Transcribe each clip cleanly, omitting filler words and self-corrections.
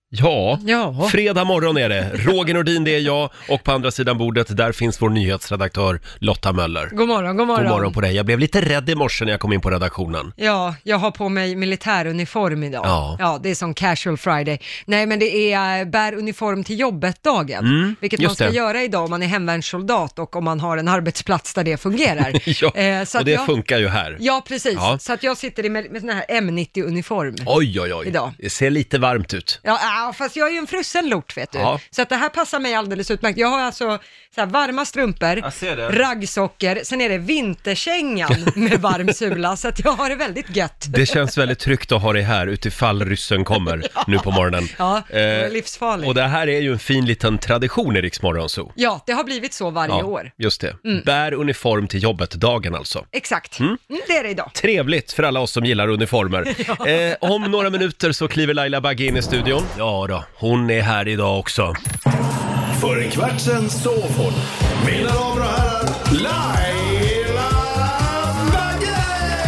Ja, Ja. fredag morgon är det. Roger Nordin, det är jag. Och på andra sidan bordet, där finns vår nyhetsredaktör Lotta Möller. God morgon, god morgon. God morgon på dig. Jag blev lite rädd i morse när jag kom in på redaktionen. Ja, jag har på mig militäruniform idag. Ja. Det är som casual friday. Nej, men det är bär uniform till jobbet-dagen. Vilket man ska göra idag om man är hemvärnssoldat och om man har en arbetsplats där det fungerar. Ja, så och det funkar ju här. Ja, precis. Ja. Så att jag sitter med sån här M90-uniform. Oj. Idag. Det ser lite varmt ut. Ja, fast jag är ju en frusen lort, vet du. Ja. Så att det här passar mig alldeles utmärkt. Jag har alltså så här varma strumpor, Jag ser det. raggsockor, sen är det vinterkängan med varm sula, så att jag har det väldigt gött. Det känns väldigt tryggt att ha det här utifall ryssen kommer nu på morgonen. Ja, det är livsfarligt. Och det här är ju en fin liten tradition i Rix Morgon Zoo. Ja, det har blivit så varje år. Just det. Bär uniform till jobbet-dagen alltså. Exakt, det är det idag. Trevligt för alla oss som gillar uniformer. Om några minuter så kliver Laila Bagge in i studion. Ja då, hon är här idag också. För en kvart sen sov hon. Mina damer och herrar, Laila Bagge!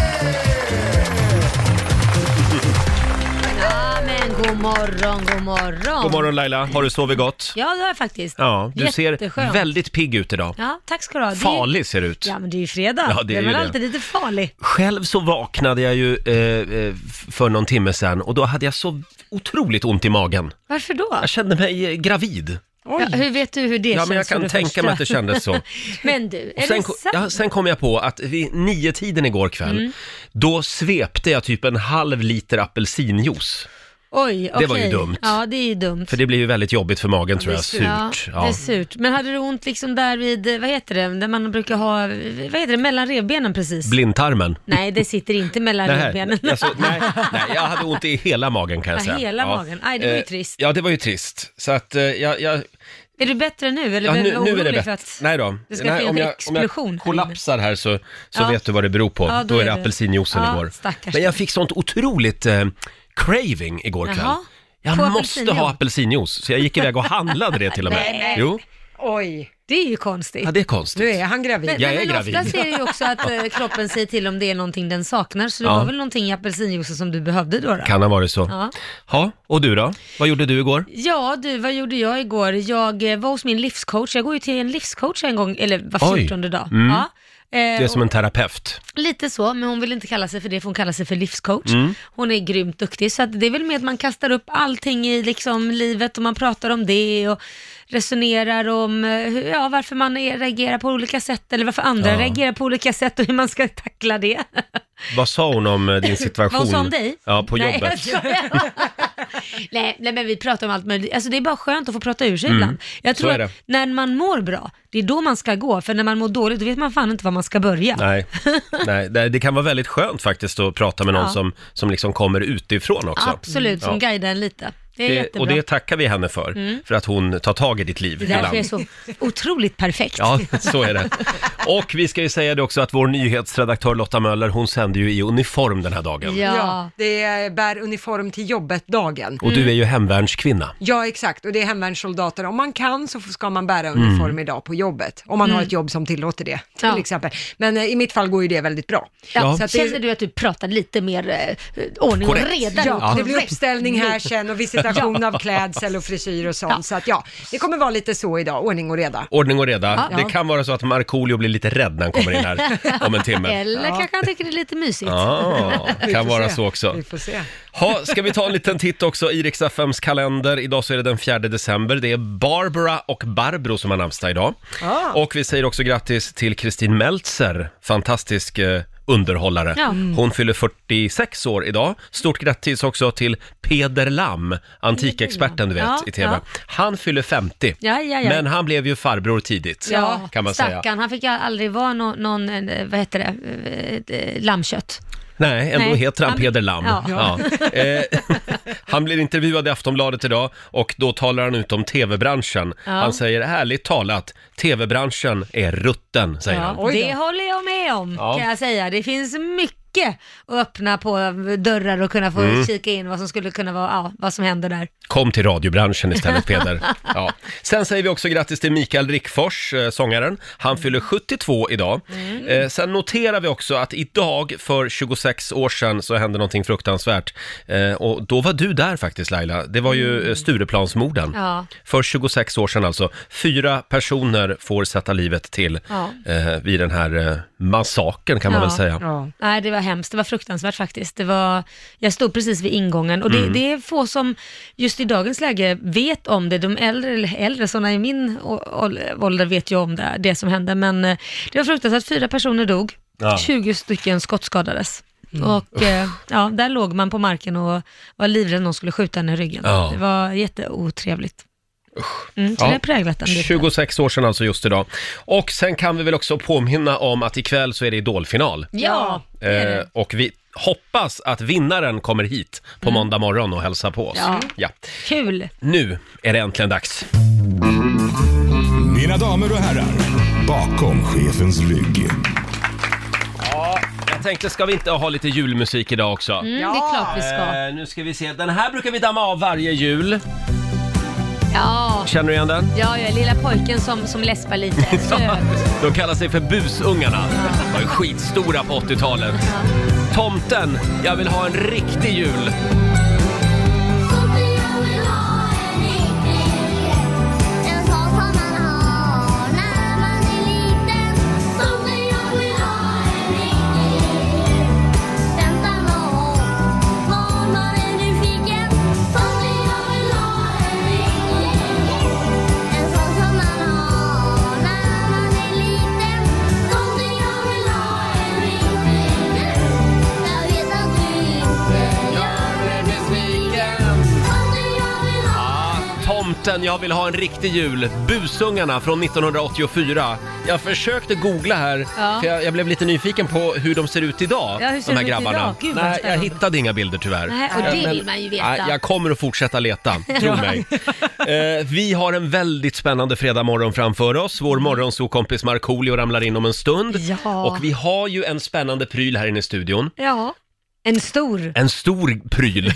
Ja, men god morgon. God morgon Laila, har du sovit gott? Ja, det har jag faktiskt. Ja, du ser Jätteskönt. väldigt pigg ut idag. Ja, tack ska du ha. Farlig ser ut. Ja, men det är ju fredag. Ja, det är väl ju det. alltid lite farlig. Själv så vaknade jag ju för någon timme sedan och då hade jag så otroligt ont i magen. Varför då? Jag kände mig gravid. Ja, hur vet du hur det Ja, känns? men jag kan tänka mig att det kändes så. Men du, är Sen, det sant? sen kom jag på att vid 9-tiden igår kväll, då svepte jag typ en halv liter apelsinjuice. Oj, Det var ju okej. dumt. Ja, det är ju dumt. För det blir ju väldigt jobbigt för magen tror jag, Ja, surt. det är surt. Men hade du ont liksom där vid, vad heter det, där man brukar ha, vad heter det, mellan revbenen precis? Blindtarmen. Nej, det sitter inte mellan revbenen. Alltså, nej, jag hade ont i hela magen kan jag säga. Hela magen. Nej, det var ju trist. Ja, det var ju trist. Så att jag Är du bättre nu? Eller ja, blev du nu är orolig det för bättre. att Nej då. det ska Nej, bli en om jag explosion? kollapsar här så Ja. vet du vad det beror på. Ja, då är det är det. apelsinjuicen Ja, igår. stackars. Men jag fick sånt otroligt craving igår kväll. Jaha. Jag På måste apelsinjuice? ha apelsinjuice, så jag gick iväg och handlade det till och med. Nej. Jo, Oj, Det är ju konstigt. ja, det är konstigt. nu är han gravid. Jag är men gravid. oftast är det ju också att kroppen säger till om det är någonting den saknar, så det Ja. var väl någonting i apelsinjuicen som du behövde då? Kan ha varit så. Ja. Ja, och du då? Vad gjorde du igår? Ja du, vad gjorde jag igår? Jag var hos min livscoach, jag går ju till en livscoach en gång, eller var 14:e dag. Ja. Det är som en terapeut. Lite så, men hon vill inte kalla sig för det, för hon kallar sig för livscoach. Mm. Hon är grymt duktig, så att det är väl med att man kastar upp allting i liksom livet och man pratar om det och resonerar om varför man reagerar på olika sätt eller varför andra reagerar på olika sätt och hur man ska tackla det. Vad sa hon om din situation? Vad hon sa om dig? Ja, på Nej, jobbet. nej, men vi pratar om allt möjligt. Alltså det är bara skönt att få prata ur sig ibland. Jag så tror är det. att när man mår bra, det är då man ska gå. För när man mår dåligt, då vet man fan inte var man ska börja. Nej, det kan vara väldigt skönt faktiskt att prata med någon som liksom kommer utifrån också. Absolut, som guidar en lite. Det är jättebra. Och det tackar vi henne för att hon tar tag i ditt liv Det är därför ibland. jag är så otroligt perfekt. Ja, så är det. Och vi ska ju säga det också att vår nyhetsredaktör Lotta Möller, hon sänder ju i uniform den här dagen. Ja. Det är bär uniform till jobbet-dagen. Och du är ju hemvärnskvinna. Ja, exakt. Och det är hemvärnssoldater. Om man kan så ska man bära uniform idag på jobbet. Om man har ett jobb som tillåter det, till exempel. Men i mitt fall går ju det väldigt bra. Ja. Så att Känner du att du pratar lite mer ordning Korrekt. och reda? Ja, och det blir korrekt? uppställning här sen och visitation av klädsel och frisyr och sånt. Så att det kommer vara lite så idag, ordning och reda. Ordning och reda. Ja. Det kan vara så att Markoolio blir lite rädd när han kommer in här om en timme. Eller kanske han tycker det är lite mysigt. Ja, Vi kan får vara se. så också. Vi får se. Ha, ska vi ta en liten titt också i Rix FMs kalender. Idag så är det den 4 december. Det är Barbara och Barbro som har namnsdag idag. Och vi säger också grattis till Kristin Meltzer, fantastisk underhållare. Ja. Hon fyller 46 år idag. Stort grattis också till Peder Lam, antikexperten du vet i TV. Ja. Han fyller 50, Ja. men han blev ju farbror tidigt, Ja, kan man säga. stackarn. Han fick aldrig vara någon vad heter det, lammkött. Nej, ändå Nej, heter han han- Peder Lam. Ja. Ja. Han blir intervjuad i Aftonbladet idag och då talar han ut om tv-branschen. Han säger ärligt talat, tv-branschen är rutten, säger han. Oj då. Det håller jag med om, Ja. kan jag säga. Det finns mycket mycket att öppna på dörrar och kunna få kika in vad som skulle kunna vara, vad som händer där. Kom till radiobranschen istället, Peder. Ja. Sen säger vi också grattis till Mikael Rickfors, sångaren. Han fyller 72 idag. Sen noterar vi också att idag för 26 år sedan så hände någonting fruktansvärt. Och då var du där faktiskt, Laila. Det var ju Stureplansmorden. Ja. För 26 år sedan alltså. 4 personer får sätta livet till vid den här massakern kan man väl säga. Ja. Nej, det var hemskt. Det var fruktansvärt faktiskt. Jag stod precis vid ingången och det är få som just i dagens läge vet om det. De äldre sådana i min ålder vet ju om det som hände. Men det var fruktansvärt. 4 personer dog. 20 stycken skottskadades. Och där låg man på marken och var livrädd någon skulle skjuta henne i ryggen. Det var jätteotrevligt. Så det är präglat den 26 år sedan alltså just idag. Och sen kan vi väl också påminna om att ikväll så är det Idolfinal. Ja, det är det. Och vi hoppas att vinnaren kommer hit på måndag morgon och hälsar på oss. Ja. Kul. Nu är det äntligen dags. Mina damer och herrar, bakom chefens rygg. Jag tänkte, ska vi inte ha lite julmusik idag också? Det är klart vi ska. Nu ska vi se, den här brukar vi damma av varje jul. Ja. Känner du igen den? Ja, jag är lilla pojken som läspar lite. De kallar sig för busungarna. De var ju skitstora på 80-talet. Tomten, jag vill ha en riktig jul. Jag vill ha en riktig jul. Busungarna från 1984. Jag försökte googla här för jag blev lite nyfiken på hur de ser ut idag, de här grabbarna. Gud, nej, jag hittade inga bilder tyvärr. Nej, och det vill man ju veta. Nej, jag kommer att fortsätta leta, tro mig. Vi har en väldigt spännande fredag morgon framför oss. Vår morgonsokompis Markoolio ramlar in om en stund. Och vi har ju en spännande pryl här inne i studion. Ja. En stor pryl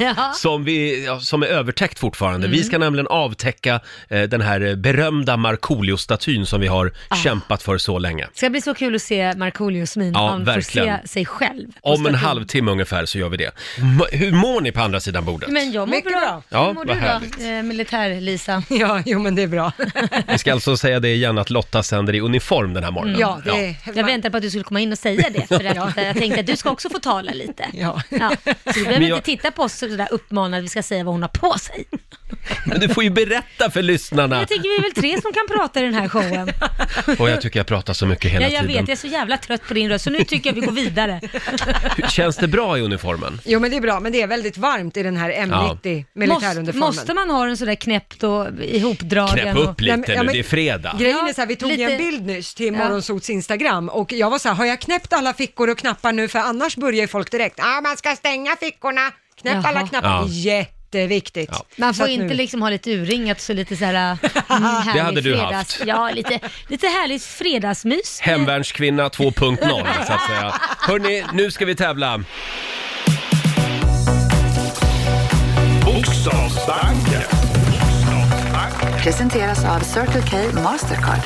som är övertäckt fortfarande. Vi ska nämligen avtäcka den här berömda Markoolio-statyn som vi har kämpat för så länge. Det ska bli så kul att se Markoolios min. Han verkligen. får se sig själv. Om en halvtimme ungefär så gör vi det. Hur mår ni på andra sidan bordet? Men jag mår bra. Ja, hur mår du då, militär-Lisa? Ja, jo men det är bra. Vi ska alltså säga det igen att Lotta sänder i uniform den här morgonen. Ja, jag väntade på att du skulle komma in och säga det. För att jag tänkte att du ska också få tala lite. Ja. Så du behöver inte titta på oss sådär uppmanad att vi ska säga vad hon har på sig. Men du får ju berätta för lyssnarna. Jag tycker vi är väl 3 som kan prata i den här showen. Och jag tycker jag pratar så mycket hela tiden. Jag vet, jag är så jävla trött på din röst. Så nu tycker jag vi går vidare. Känns det bra i uniformen? Jo men det är bra, men det är väldigt varmt i den här M90 militäruniformen. Måste man ha den sådär knäppt och ihopdragen? Knäpp upp lite nu, det är fredag. Grejen är så här, vi tog en bild nyss till Morgonsots Instagram och jag var så här, har jag knäppt alla fickor och knappar nu? För annars börjar ju folk direkt, man ska stänga fickorna, knäpp alla knappar. Jätteviktigt. Man får inte liksom ha lite urringat så lite så här det hade du haft. Ja, lite härligt fredagsmys. Hemvärnskvinna 2.0 så att säga. Hörrni, nu ska vi tävla. Bokstavsbanken. Presenteras av Circle K Mastercard.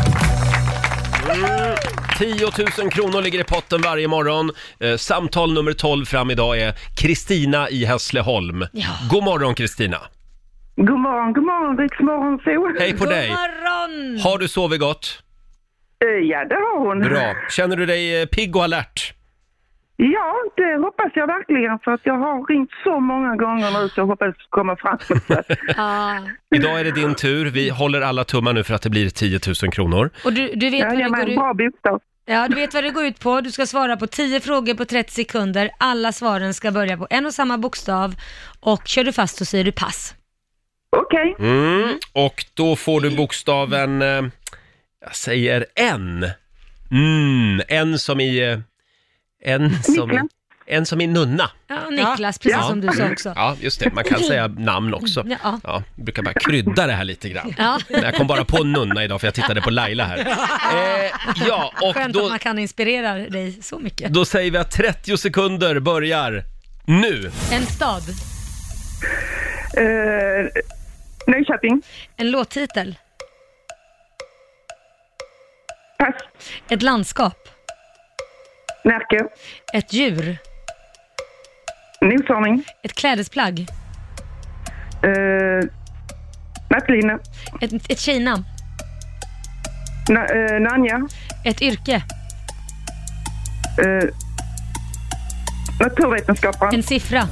10 000 kronor ligger i potten varje morgon. Samtal nummer 12 fram idag är Kristina i Hässleholm. God morgon Kristina. God morgon, Riksmorgon så. Hej på dig. God morgon. Har du sovit gott? Ja, det har hon. Bra. Känner du dig pigg och alert? Ja, det hoppas jag verkligen, för att jag har ringt så många gånger nu så jag hoppas komma fram. Idag är det din tur. Vi håller alla tummar nu för att det blir 10 000 kronor. Och du vet vad det går ut... bra bokstav. Ja, du vet vad det går ut på. Du ska svara på 10 frågor på 30 sekunder. Alla svaren ska börja på en och samma bokstav. Och kör du fast så säger du pass. Okej. Och då får du bokstaven... jag säger en. En som i... En som är nunna. Ja, Niklas, precis som du sa också. Ja, just det. Man kan säga namn också. Ja. Jag brukar bara krydda det här lite grann. Ja. Jag kom bara på nunna idag för jag tittade på Laila här. Och skönt att man kan inspirera dig så mycket. Då säger vi att 30 sekunder börjar nu. En stad. Nyköping. En låttitel. Pass. Ett landskap. Närke. Ett djur. Noshörning. Ett klädesplagg. Nattlinne. Ett tjejnamn. Nanja. Ett yrke. Naturvetenskapare. En siffra.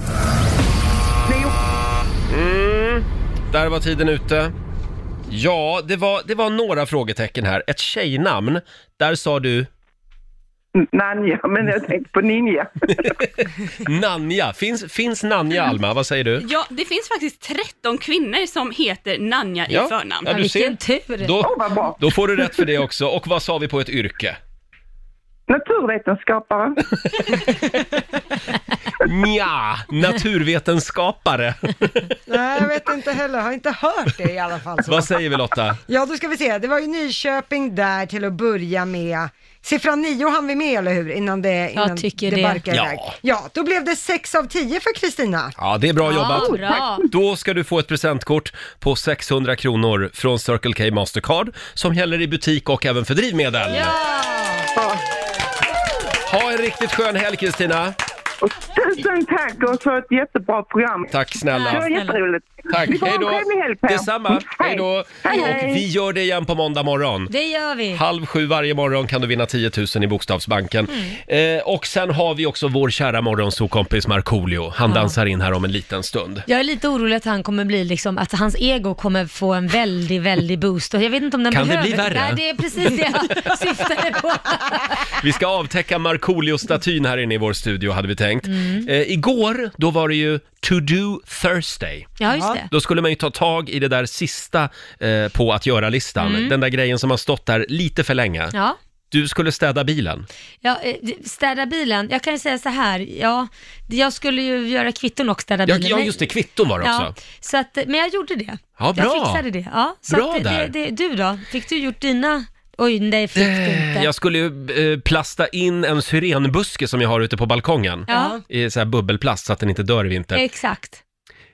9. Där var tiden ute. Ja, det var några frågetecken här. Ett tjejnamn, där sa du... Nanja, men jag tänkte på Ninja. Nanja. Finns Nanja, Alma? Vad säger du? Ja, det finns faktiskt 13 kvinnor som heter Nanja i förnamn. Ja, du Vilken ser. tur. Då får du rätt för det också. Och vad sa vi på ett yrke? Naturvetenskapare. Nja, naturvetenskapare. Nej, jag vet inte heller. Jag har inte hört det i alla fall. Så. Vad säger vi, Lotta? Ja, då ska vi se. Det var ju Nyköping där till att börja med. Siffran 9 hann vi med, eller hur? Innan det barkar iväg. Ja, då blev det 6 av 10 för Kristina. Ja, det är bra jobbat. Bra. Då ska du få ett presentkort på 600 kronor från Circle K Mastercard som gäller i butik och även för drivmedel. Ha en riktigt skön helg, Kristina. Tusen tack och för ett jättebra program. Tack snälla. Det var jätteroligt. Tack, Vi får hej en då. trevlig helg, Per. Detsamma, hej då. Hej. Och vi gör det igen på måndag morgon. Det gör vi. 6:30 varje morgon kan du vinna 10 000 i Bokstavsbanken. Och sen har vi också vår kära morgonsokompis Markoolio. Han dansar in här om en liten stund. Jag är lite orolig att han kommer bli liksom, att hans ego kommer få en väldigt boost. Och jag vet inte om den Kan det behöver. bli värre? Nej, det är precis det jag syftade på. Vi ska avtäcka Markoolio-statyn här inne i vår studio, hade vi tänkt. Igår, då var det ju To Do Thursday. Ja, just det. Då skulle man ju ta tag i det där sista på att göra-listan. Den där grejen som har stått där lite för länge. Ja. Du skulle städa bilen. Ja, städa bilen. Jag kan ju säga så här, jag skulle ju göra kvitton och städa bilen. Ja, just det, kvitton var det också. Ja, så att, men jag gjorde det. Ja, bra. Jag fixade det. Ja, så bra att, där. du då? Fick du gjort dina? Oj, nej, fick du inte. Jag skulle ju plasta in en syrenbuske som jag har ute på balkongen. Ja. I så här bubbelplast så att den inte dör i vinter. Exakt.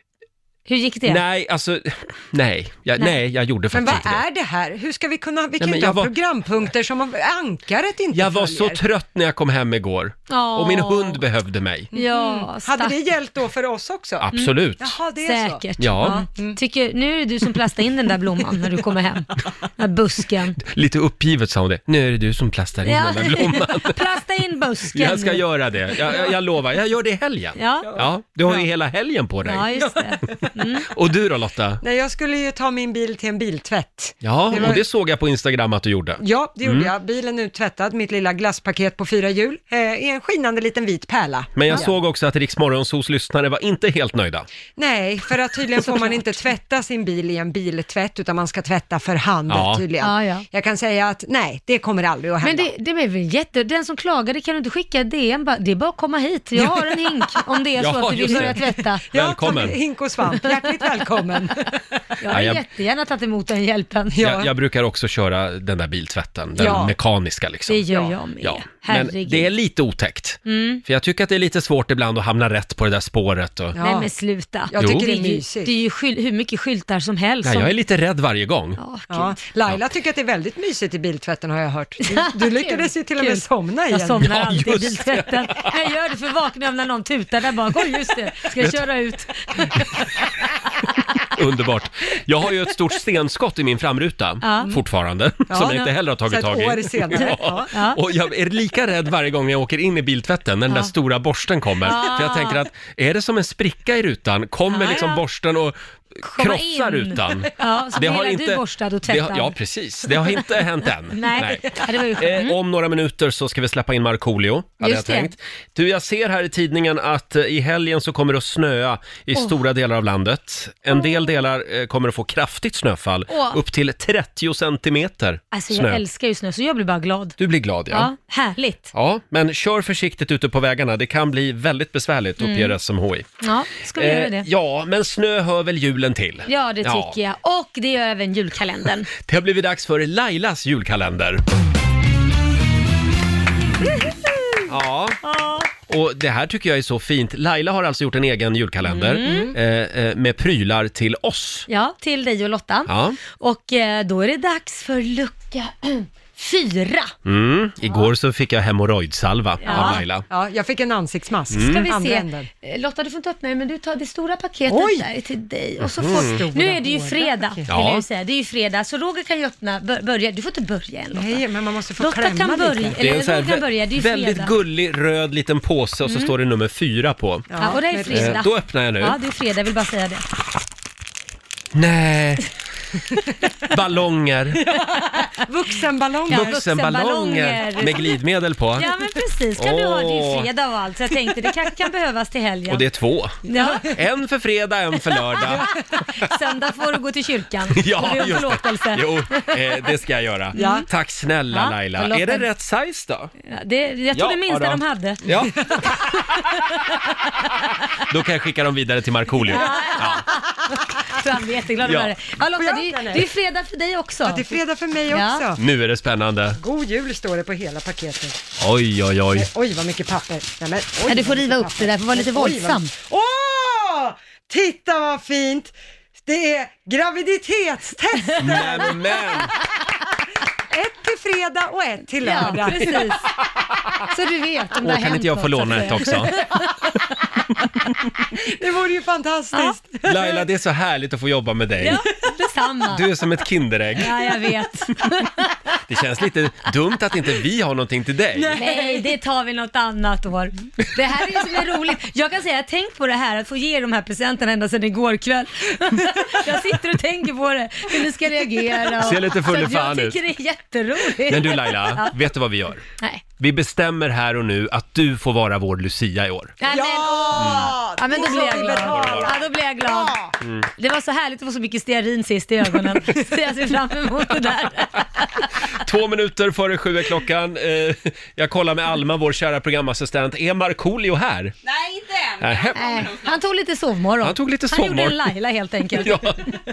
Hur gick det? Nej, alltså, nej, jag gjorde Men faktiskt vad inte det. är det här? Hur ska vi kunna, vi kan men inte jag ha var- programpunkter som ankaret inte Jag var följer. så trött när jag kom hem igår. Och min hund behövde mig. Ja, Hade det gällt då för oss också? Absolut. Jaha, det är så. Säkert. Ja. Tycker, nu är det du som plastar in den där blomman när du kommer hem. Den här busken. Lite uppgivet sa hon det. Nu är det du som plastar in den där blomman. Plasta in busken. Jag ska göra det. Jag lovar, jag gör det i helgen. Ja. Du har ju hela helgen på dig. Ja, just det. Och du då, Lotta? Nej, jag skulle ju ta min bil till en biltvätt. Ja, Det var- och det såg jag på Instagram att du gjorde. Ja, det gjorde jag. Bilen uttvättad, mitt lilla glasspaket på 4 hjul, i en skinande liten vit pärla. Men jag såg också att Rix Morgonzos lyssnare var inte helt nöjda. Nej, för att tydligen får man inte tvätta sin bil i en biltvätt, utan man ska tvätta för hand tydligen. Ja. Jag kan säga att nej, det kommer aldrig att Men hända. det är väl den som klagade kan du inte skicka DM, det är bara att komma hit. Jag har en hink om det är så Ja, att du vill just börja det. tvätta. Välkommen. Hink och svamp, hjärtligt välkommen. Jag har jag- jättegärna tagit emot den hjälpen. Jag brukar också köra den där biltvätten, den mekaniska liksom. Det gör jag med. Ja, men Herregud. det är lite otäckt. För jag tycker att det är lite svårt ibland att hamna rätt på det där spåret. Och... Nej men sluta. Jag Jo. tycker det är Det är ju, mysigt. det är ju hur mycket skyltar som helst. Ja, som... jag är lite rädd varje gång. Ja, Ja, gud. Laila tycker att det är väldigt mysigt i biltvätten, har jag hört. Du lyckades ju till och med Kul. somna igen. Jag somnar Ja, alltid i just biltvätten. Jag gör det för vakna när någon tutar där bak. Oj, just det. Ska jag köra ut? Underbart. Jag har ju ett stort stenskott i min framruta fortfarande, som jag inte heller har tagit så tag i. ett år senare. Ja. Och jag är lika rädd varje gång jag åker in i biltvätten när den där stora borsten kommer. För jag tänker att, är det som en spricka i rutan? Kommer liksom borsten och krossa rutan. Ja, så du borstad och tvättad. Ja, precis. Det har inte hänt än. Nej. Ja, det var ju om några minuter så ska vi släppa in Markoolio, hade jag tänkt. Du, jag ser här i tidningen att i helgen så kommer det att snöa i stora delar av landet. En del delar kommer att få kraftigt snöfall, upp till 30 centimeter Alltså snö. jag älskar ju snö, så jag blir bara glad. Du blir glad, ja. Ja, härligt. Ja, men kör försiktigt ute på vägarna. Det kan bli väldigt besvärligt, uppger SMHI. Ja, ska vi göra det? Ja, men snö hör väl julen till. Ja, det tycker jag. Och det gör även julkalendern. Det har blivit dags för Lailas julkalender. Ja. Och det här tycker jag är så fint. Laila har alltså gjort en egen julkalender med prylar till oss. Ja, till dig och Lotta. Ja. Och då är det dags för lucka 4. Igår så fick jag hemorrojdsalva av Laila. Ja, jag fick en ansiktsmask. Ska vi Andra se. änden. Lotta, du får inte öppna det, men du tar det stora paketet där till dig. Och så får... Nu är det ju fredag, vill jag ju säga. Det är ju fredag, så Roger kan ju öppna, börja. Du får inte börja än, Lotta. Nej, men man måste få Lotta klämma kan börja, lite. Det är en så här Roger kan börja, det är ju väldigt fredag. gullig röd liten påse och så står det nummer 4 på. Ja, och det är fredag. Då öppnar jag nu. Ja, det är fredag, jag vill bara säga det. Nej. Ballonger. Vuxenballonger. Vuxenballonger med glidmedel på. Ja, men precis. Kan du ha det i fredag och allt. Så jag tänkte, det kanske kan behövas till helgen. Och det är 2. Ja. En för fredag, en för lördag. Söndag får du gå till kyrkan. Ja, och be om just det. förlåtelse. Jo, det ska jag göra. Ja. Tack snälla Laila. och Lotta- Är det rätt size då? Ja, jag tror det minsta då. de hade. Ja. Då kan jag skicka dem vidare till Markoolio. Ja. Så han blir jätteglad över det. Ja, Lotta, det är fredag för dig också. Ja, det är fredag för mig Ja. också. Nu är det spännande. God jul står det på hela paketet. Oj, oj, oj. Oj, vad mycket papper. Nej, men, oj, Ja, du får vad riva mycket upp det där, för att vara lite våldsam. Åh! Titta vad fint! Det är graviditetstest! Men. Ett till fredag och ett till Ja, lördag. precis. Så du vet om det har Kan hänt inte jag få något, låna så ett att säga. också? Det vore ju fantastiskt. Laila, det är så härligt att få jobba med dig. Ja, detsamma. Du är som ett kinderägg. Ja, jag vet. Det känns lite dumt att inte vi har någonting till dig. Nej, det tar vi något annat år. Det här är det som är roligt. Jag kan säga, jag har tänkt på det här, att få ge de här presenterna ända sedan igår kväll. Jag sitter och tänker på det, hur ni ska reagera. Ser lite full i fan ut. Jag tycker det är jätteroligt. Men du Laila, vet du vad vi gör? Nej. Vi bestämmer här och nu att du får vara vår Lucia i år. Ja, men då blir jag glad. betalar. Ja, då blir jag glad. Det var så härligt att få så mycket stearin sist i ögonen. Så jag ser fram emot det där. 2 minuter före 7 är klockan. Jag kollar med Alma, vår kära programassistent. Är Markoolio här? Nej, inte än. Nähä. Han tog lite sovmorgon. Han tog lite Han gjorde sovmorgon. en Laila helt enkelt. Ja.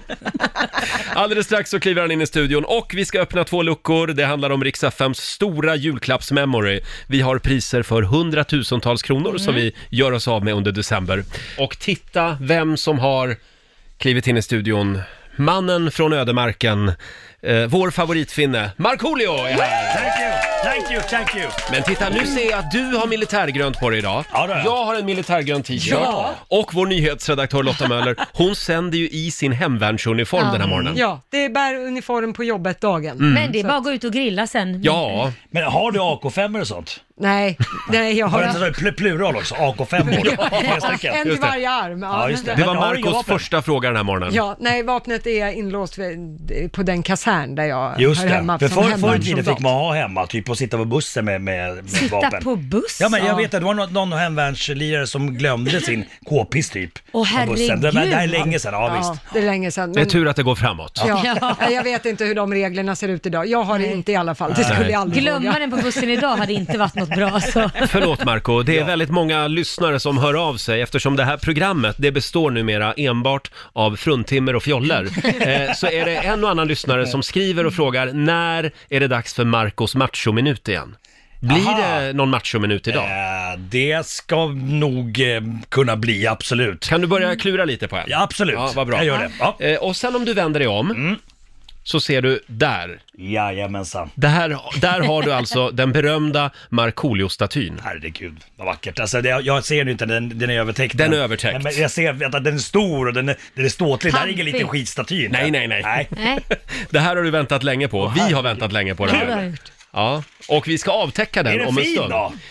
Alldeles strax så kliver han in i studion och vi ska öppna 2 luckor. Det handlar om Rix FMs stora julklappsmemory. Vi har priser för 100,000-tals kronor som vi gör oss av med under december. Och titta vem som har klivit in i studion. Mannen från ödemarken. Vår favoritfinne, Markoolio är här. Thank you. Men titta, nu ser jag att du har militärgrönt på dig idag. Ja, det har jag. Jag har en militärgrön t-shirt. Ja. Och vår nyhetsredaktör Lotta Möller, hon sänder ju i sin hemvärnsuniform den här morgonen. Ja, det är bär uniform på jobbet-dagen. Men det är bara att gå ut och grilla sen. Ja, Men har du AK5 och sånt? Nej, jag Har du har inte så plural också? AK5 stycken. en i just det. varje arm. Ja, just det. det var Men har du inga Marcos vapen? första fråga den här morgonen. Ja, nej, vapnet är inlåst på den kasern där jag Just hör det, hemma för som förr i tiden hemvärnssoldat. fick man ha hemma, typ att sitta på bussen med Sitta vapen. på buss. Ja, men jag vet att det var någon hemvärnslirare som glömde sin k-pist typ. Åh, på bussen. Det herregud. här är länge sedan, ja Ja, visst. det är länge sedan. Det är Men, tur att det går framåt. ja, jag vet inte hur de reglerna ser ut idag. Jag har det inte i alla fall. Det skulle jag aldrig Glömma våga. den på bussen idag hade inte varit något bra. Så. Förlåt Marco, det är väldigt många lyssnare som hör av sig eftersom det här programmet, det består numera enbart av fruntimmer och fjoller. Så är det en och annan lyssnare som skriver och frågar, när är det dags för Marcos machominut igen? Blir Aha. det någon machominut idag? Det ska nog kunna bli, absolut. Kan du börja klura lite på en? Ja, absolut. Ja, vad bra. Jag gör det. Ja. Och sen om du vänder dig om så ser du där. Jajamensan. Där har du alltså den berömda Markoolio-statyn. Herregud, vad vackert. Alltså, jag ser nu inte, den är övertäckt. Den är övertäckt. Men jag ser att den är stor och den är ståtlig. Det här är ingen Pampig. liten skitstaty. Nej. Nej. Det här har du väntat länge på. Vi har väntat länge på det Ja, det har jag här. gjort. Ja, och vi ska avtäcka Är den den om en fin stund. då?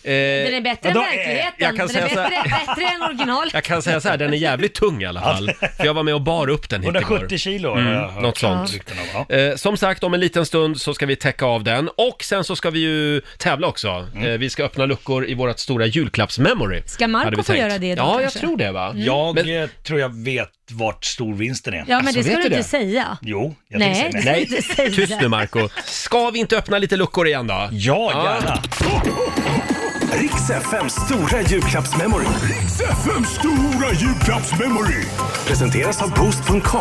Den är bättre än verkligheten. Jag kan den är säga bättre än original. Jag kan säga så här, den är jävligt tung i alla fall. För jag var med och bar upp den hit igår. 170 kilo. Något sånt. Som sagt, om en liten stund så ska vi täcka av den. Och sen så ska vi ju tävla också. Vi ska öppna luckor i vårt stora julklappsmemory. Ska Marco få göra det då? Ja, kanske? jag tror det va? Jag tror jag vet vart storvinsten är. Ja, men det ska vet du du inte säga. Jo, jag Nej, tänkte det säga ska du inte säga. Tyst nu Marco. Ska vi inte öppna lite luckor igen då? Ja, gärna. Riks FMs stora julklappsmemory. Riks FMs stora julklappsmemory. Presenteras av Boost.com.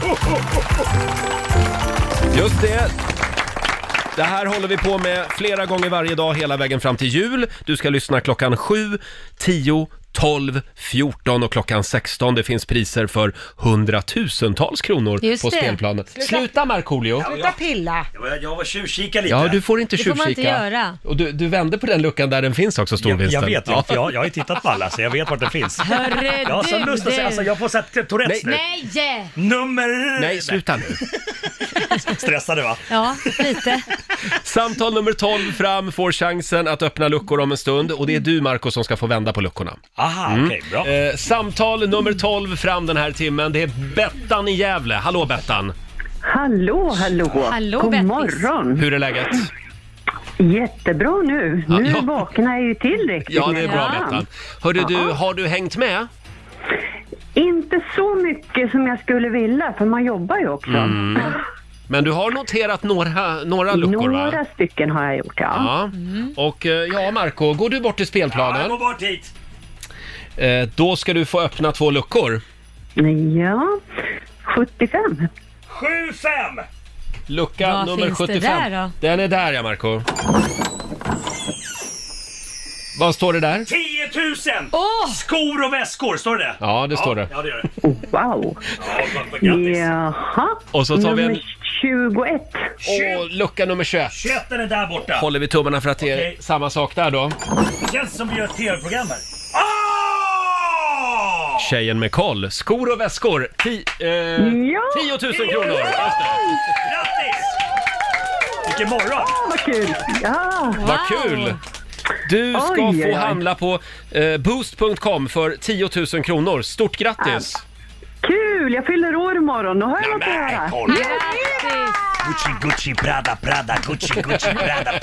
Just det. Det här håller vi på med flera gånger varje dag hela vägen fram till jul. Du ska lyssna klockan 7, 10, 12, 14 och klockan 16. Det finns priser för 100,000-tals kronor Just på det. spelplanen. Sluta Markoolio! Sluta pilla. Jag var tjuvkika lite. Ja, du får inte Det får man tjuvkika. inte göra. Och du vände på den luckan där den finns också, storvinsten. Jag vet, för jag har ju tittat på alla så jag vet vart det finns. Hörru, Jag har så lust att säga, alltså jag får sätta Tourettes nu. Nej! Nummer... Sluta nu. Stressade va? Ja, lite. Samtal nummer 12 fram får chansen att öppna luckor om en stund. Och det är du, Marco, som ska få vända på luckorna. Aha, okej, bra. Samtal nummer 12 fram den här timmen. Det är Bettan i Gävle. Hallå Bettan. Hallå. Hallå, God Bettis. morgon. Hur är läget? Jättebra nu. Nu ja. vaknar jag ju till riktigt. Ja, det är bra Ja. Bettan. Hörru du, har du hängt med? Inte så mycket som jag skulle vilja, för man jobbar ju också. Men du har noterat några luckor va? Några stycken har jag gjort, ja. Ja. Och ja, Marco, går du bort till Ja, spelplanen? jag går bort hit. Då ska du få öppna 2 luckor. Ja, 75. 7-5! Lucka Vad nummer finns det 75. där då? Den är där ja, Marco. Vad står det där? 10 000! Åh! Skor och väskor, står det? Ja, det står det. Ja, det gör det. Oh, wow. Ja, grattis. Jaha. Och så tar vi en... Nummer 21. Och lucka nummer 21. 21 är där borta. Håller vi tummarna för att det är Okej. samma sak där då. Det känns som vi gör ett tv-program här. Tjejen med koll. Skor och väskor. 10 000 kronor. Just det. Grattis! Vilken morgon! Vad kul. Ja. Vad kul! Du ska Oj, oj, få oj. handla på Boost.com för 10 000 kronor. Stort grattis! Kul, jag fyller år imorgon. Då har jag något att göra. kolla! Grattis! Gucci, Prada, Gucci, Prada.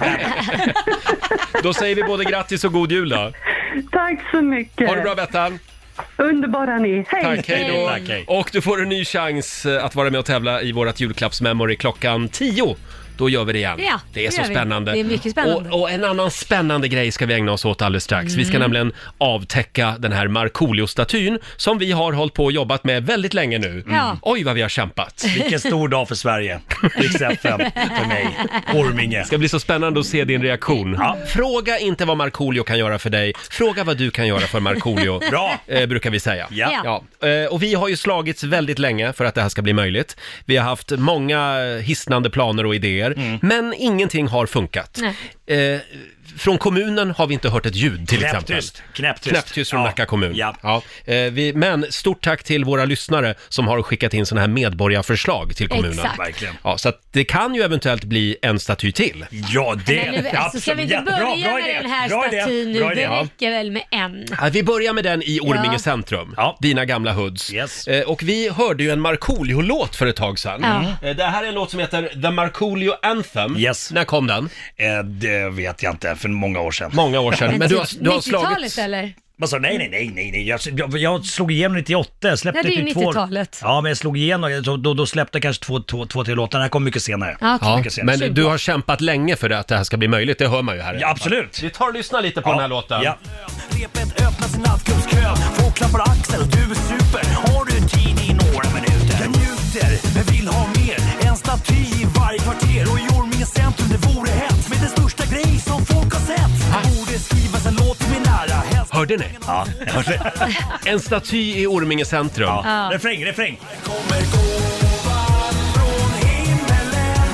Då säger vi både grattis och god jul då. Tack så mycket. Ha det bra Bettan. Underbara ni. Hej. Tack, hej då. Tack, hej. Och du får en ny chans att vara med och tävla i vårat julklappsmemory klockan 10. Då gör vi det igen. Ja, det är det så gör vi. spännande. Det är mycket spännande. Och en annan spännande grej ska vi ägna oss åt alldeles strax. Vi ska nämligen avtäcka den här Markoolio-statyn som vi har hållit på och jobbat med väldigt länge nu. Ja. Oj vad vi har kämpat. Vilken stor dag för Sverige. Riks FM för mig. Orminge. Det ska bli så spännande att se din reaktion. Ja. Fråga inte vad Markoolio kan göra för dig. Fråga vad du kan göra för Markoolio. Bra. Brukar vi säga. Ja. Och vi har ju slagits väldigt länge för att det här ska bli möjligt. Vi har haft många hisnande planer och idéer. Men ingenting har funkat. Från kommunen har vi inte hört ett ljud till exempel. Knäpptyst från Nacka kommun. Ja. Men stort tack till våra lyssnare som har skickat in sådana här medborgarförslag till kommunen. Exakt. Verkligen. Ja, så att det kan ju eventuellt bli en staty till. Ja, det Men nu, alltså, ska vi inte Jättebra, börja bra med idé. den här Bra idé. statyn nu? Bra idé. Det räcker väl med en? Ja, vi börjar med den i Orminge Ja. centrum. Ja. Dina gamla hoods. Yes. Och vi hörde ju en Markoolio-låt för ett tag sedan. Ja. Det här är en låt som heter The Markoolio Anthem. Yes. När kom den? Det vet jag inte, för många år sedan. Många år sedan. Men du har 90-talet slagit... eller? Vad sa nej. Jag slog igenom 98, jag släppte Ja, det är ju typ 2 90-talet. Ja, men jag slog igenom, då släppte jag kanske två till låtar. Den här kom mycket senare. Ja, okej. Ja, Mycket senare. men du har kämpat länge för att det här ska bli möjligt, det hör man ju här. Ja, absolut. Vi tar och lyssnar lite på den här låten. Ja. Repet öppnas i nattgubbskön. Få klappar axel, du är super. Har du tid i några minuter? Jag njuter, men vill ha mer. En staty i varje kvarter. Och i Orminge centrum, det vore hett. Med den största grej som folk har sett. Borde skrivas en låt till min nära. Helst... Hörde ni? Ja, jag hörde det. En staty i Orminge centrum. Ja. Refräng. Kommer gåvan från himmelen.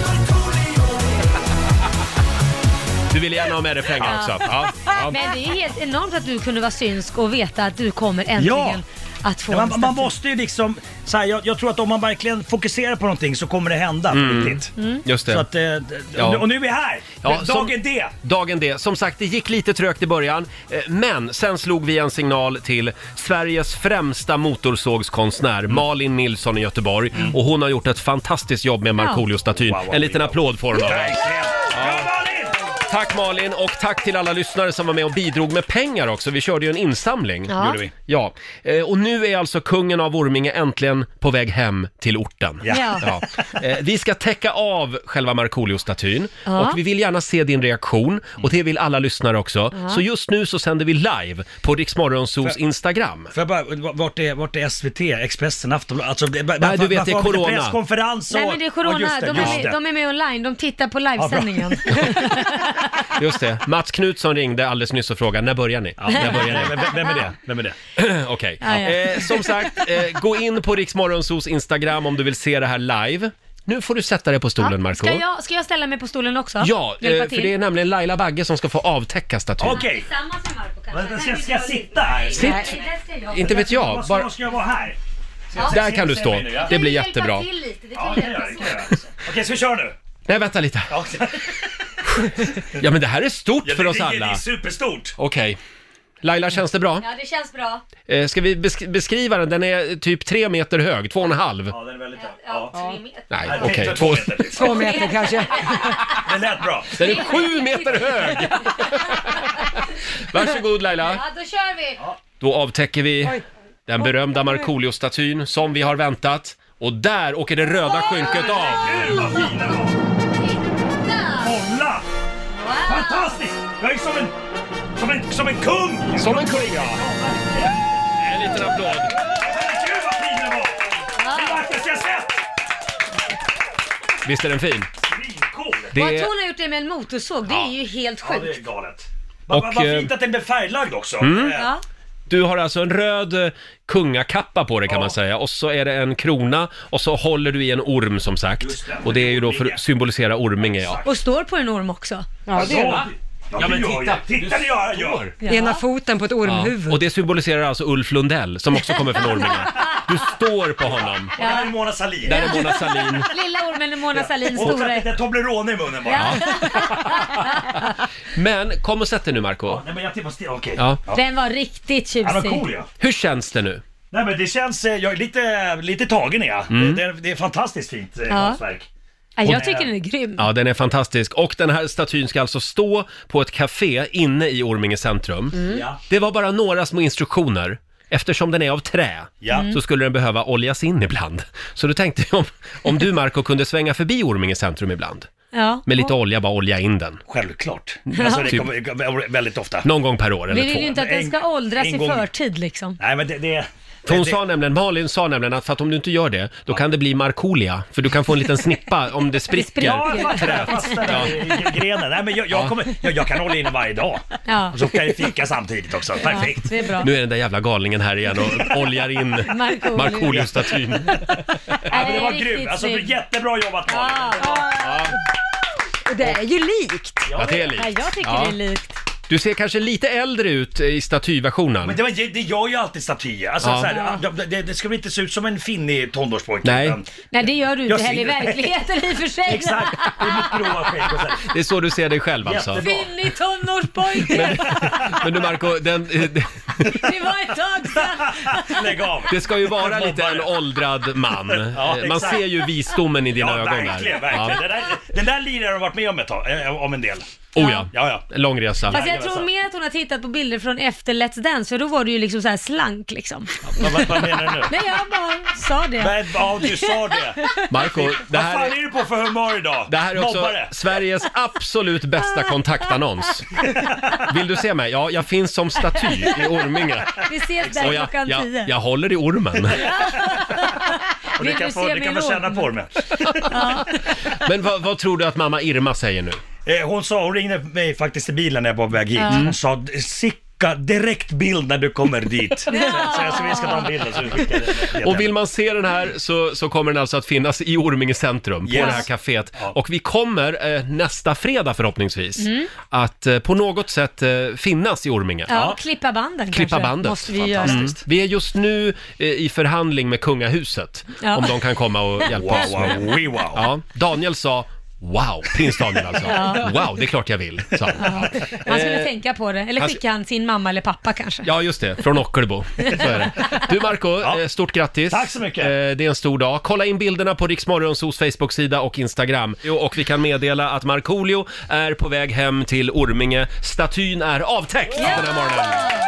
Du vill gärna ha med refrängen också. Ja. Men det är helt enormt att du kunde vara synsk och veta att du kommer äntligen att få man måste ju liksom, så här, jag tror att om man verkligen fokuserar på någonting så kommer det hända på riktigt. Just det. Så att, och nu är vi här, dagen D. Som sagt, det gick lite trögt i början, men sen slog vi en signal till Sveriges främsta motorsågskonstnär, Malin Nilsson i Göteborg, och hon har gjort ett fantastiskt jobb med Markoolio-statyn. En liten applåd får hon av oss. Tack Malin, och tack till alla lyssnare som var med och bidrog med pengar också. Vi körde ju en insamling. Ja. Gjorde vi. Ja. Och nu är alltså kungen av Orminge äntligen på väg hem till orten. Ja. Vi ska täcka av själva Markoolio-statyn, och vi vill gärna se din reaktion, och det vill alla lyssnare också. Så just nu så sänder vi live på Rix Morgonzos Instagram. Får jag bara, vart är SVT, Expressen, Aftonbladet? Alltså, nej, du vet, det är corona. Presskonferens och... Nej, men det är corona. De är med online, de tittar på livesändningen. Just det. Mats Knutsson ringde alldeles nyss och frågade, när börjar ni? När börjar ni? Vem är det? Okej. Som sagt, gå in på Rix Morgonzos Instagram om du vill se det här live. Nu får du sätta dig på stolen, Marco. Ska jag ställa mig på stolen också? Ja, för det är nämligen Laila Bagge som ska få avtäcka statyn. Okej. Tillsammans med Marco kanske. Ska jag sitta här? Sitt. Inte vet jag. Var ska jag vara här? Där kan du stå. Det blir jättebra. Okej, ska vi köra nu? Nej, vänta lite. Ja, men det här är stort för oss alla. Det är superstort. Okej. Laila, känns det bra? Ja, det känns bra. Ska vi beskriva den? Den är typ 3 meter hög, 2,5. Ja, den är väldigt hög. Ja, 3 meter. Nej, okej. 2 meter kanske. Det lät bra. Den är 7 meter hög! Varsågod Laila. Ja, då kör vi. Då avtäcker vi den berömda Markoolio-statyn som vi har väntat. Och där åker det röda skynket av. Kolla! Fantastiskt! Jag är som en kung! Som en kung, ja. En liten applåd. Gud vad fin den var! Det vackraste jag sett! Visst är den fin? Svincool! Och att hon har gjort det med en motorsåg, det är ju helt sjukt. Ja, det är galet. Vad fint att den blev färglagd också. Ja. Du har alltså en röd kungakappa på dig kan man säga, och så är det en krona, och så håller du i en orm som sagt. Och det är ju då för att symbolisera Orminge, ja. Och står på en orm också. Ja, det är det. Ja, men titta det gör. Ena foten på ett ormhuvud. Och det symboliserar alltså Ulf Lundell som också kommer från Orminge. Du står på honom. Och där är Mona Sahlin. Där är Mona Sahlin. Lilla ormen är Mona Sahlin, Och stora. det är Toblerone i munnen bara. Men kom och sätt dig nu, Marco. Nej, men jag tippar still. Okej. Ja. Den var riktigt tjusig. Han var cool, ja. Hur känns det nu? Nej, men det känns, jag är lite tagen, ja. Det är fantastiskt fint konstverk. Ja, jag tycker den är grym. Ja, den är fantastisk. Och den här statyn ska alltså stå på ett café inne i Orminge centrum. Det var bara några små instruktioner. Eftersom den är av trä så skulle den behöva oljas in ibland. Så då tänkte jag om du, Marco, kunde svänga förbi Orminge centrum ibland. Ja. Med lite olja, bara olja in den. Självklart. Alltså det kommer väldigt ofta. Någon gång per år eller Vi vill 2. ju inte att den ska åldras i förtid liksom. Nej, men det Malin sa nämligen att för att om du inte gör det, då kan det bli Markoolio. För du kan få en liten snippa om det spricker. Jag fattar i grenen. Nej, men jag kan hålla inne varje dag. Ja. Och så kan jag fika samtidigt också. Perfekt. Ja, det är bra. Nu är den där jävla galningen här igen och oljar in Markoolio-statyn. Ja, men det var grymt. Alltså, jättebra jobbat, Malin. Ja. Och det är ju likt. Ja, det är likt. Ja, jag tycker det är likt. Du ser kanske lite äldre ut i statyversionen. Men det gör ju alltid statyer. Alltså, så här, det ska väl inte se ut som en finnig tonårspojke. Nej, det gör du inte heller i verkligheten i och för sig. Exakt, det är mitt grova skägg och så här. Det är så du ser dig själv alltså. Finnig tonårspojke. Men du Marco, Det var ett tag sedan. Lägg av. det ska ju vara lite en åldrad man. Man ser ju visdomen i dina ögon verkligen, där. verkligen. Den där liraren har varit med om ett tag, om en del. Oh ja. Ja. En lång resa. Fast jag tror mer att hon har tittat på bilder från efter Let's Dance, för då var du ju liksom så här slank liksom. Vad menar du nu? Nej, jag bara sa det. Men, ja, du sa det. Marco, det Vad fan här är du på för humör idag? Det här är också Mobbare. Sveriges absolut bästa kontaktannons. Vill du se mig? Ja, jag finns som staty i Orminge. Vi ses där Och klockan 10. jag håller i ormen. Och du kan få känna på mig. Men vad tror du att mamma Irma säger nu? Hon ringde mig faktiskt i bilen när jag var på väg hit. Hon sa, skicka direkt bild när du kommer dit. Så vi ska ta en bild så vi skickar det. Och vill man se den här så kommer den alltså att finnas i Orminge centrum på det här kaféet. Ja. Och vi kommer nästa fredag förhoppningsvis att på något sätt finnas i Orminge. Ja, klippa banden kanske. Måste vi göra. Vi är just nu i förhandling med kungahuset om de kan komma och hjälpa oss med. Ja, Daniel sa wow, prins Daniel alltså. Wow, det är klart jag vill. Så. Man skulle tänka på det. Eller skicka han sin mamma eller pappa kanske. Ja, just det. Från Ockelbo. Så är det. Du Marco, stort grattis. Tack så mycket. Det är en stor dag. Kolla in bilderna på Rix Morgonzos Facebook-sida och Instagram. Och vi kan meddela att Markoolio är på väg hem till Orminge. Statyn är avtäckt den här morgonen.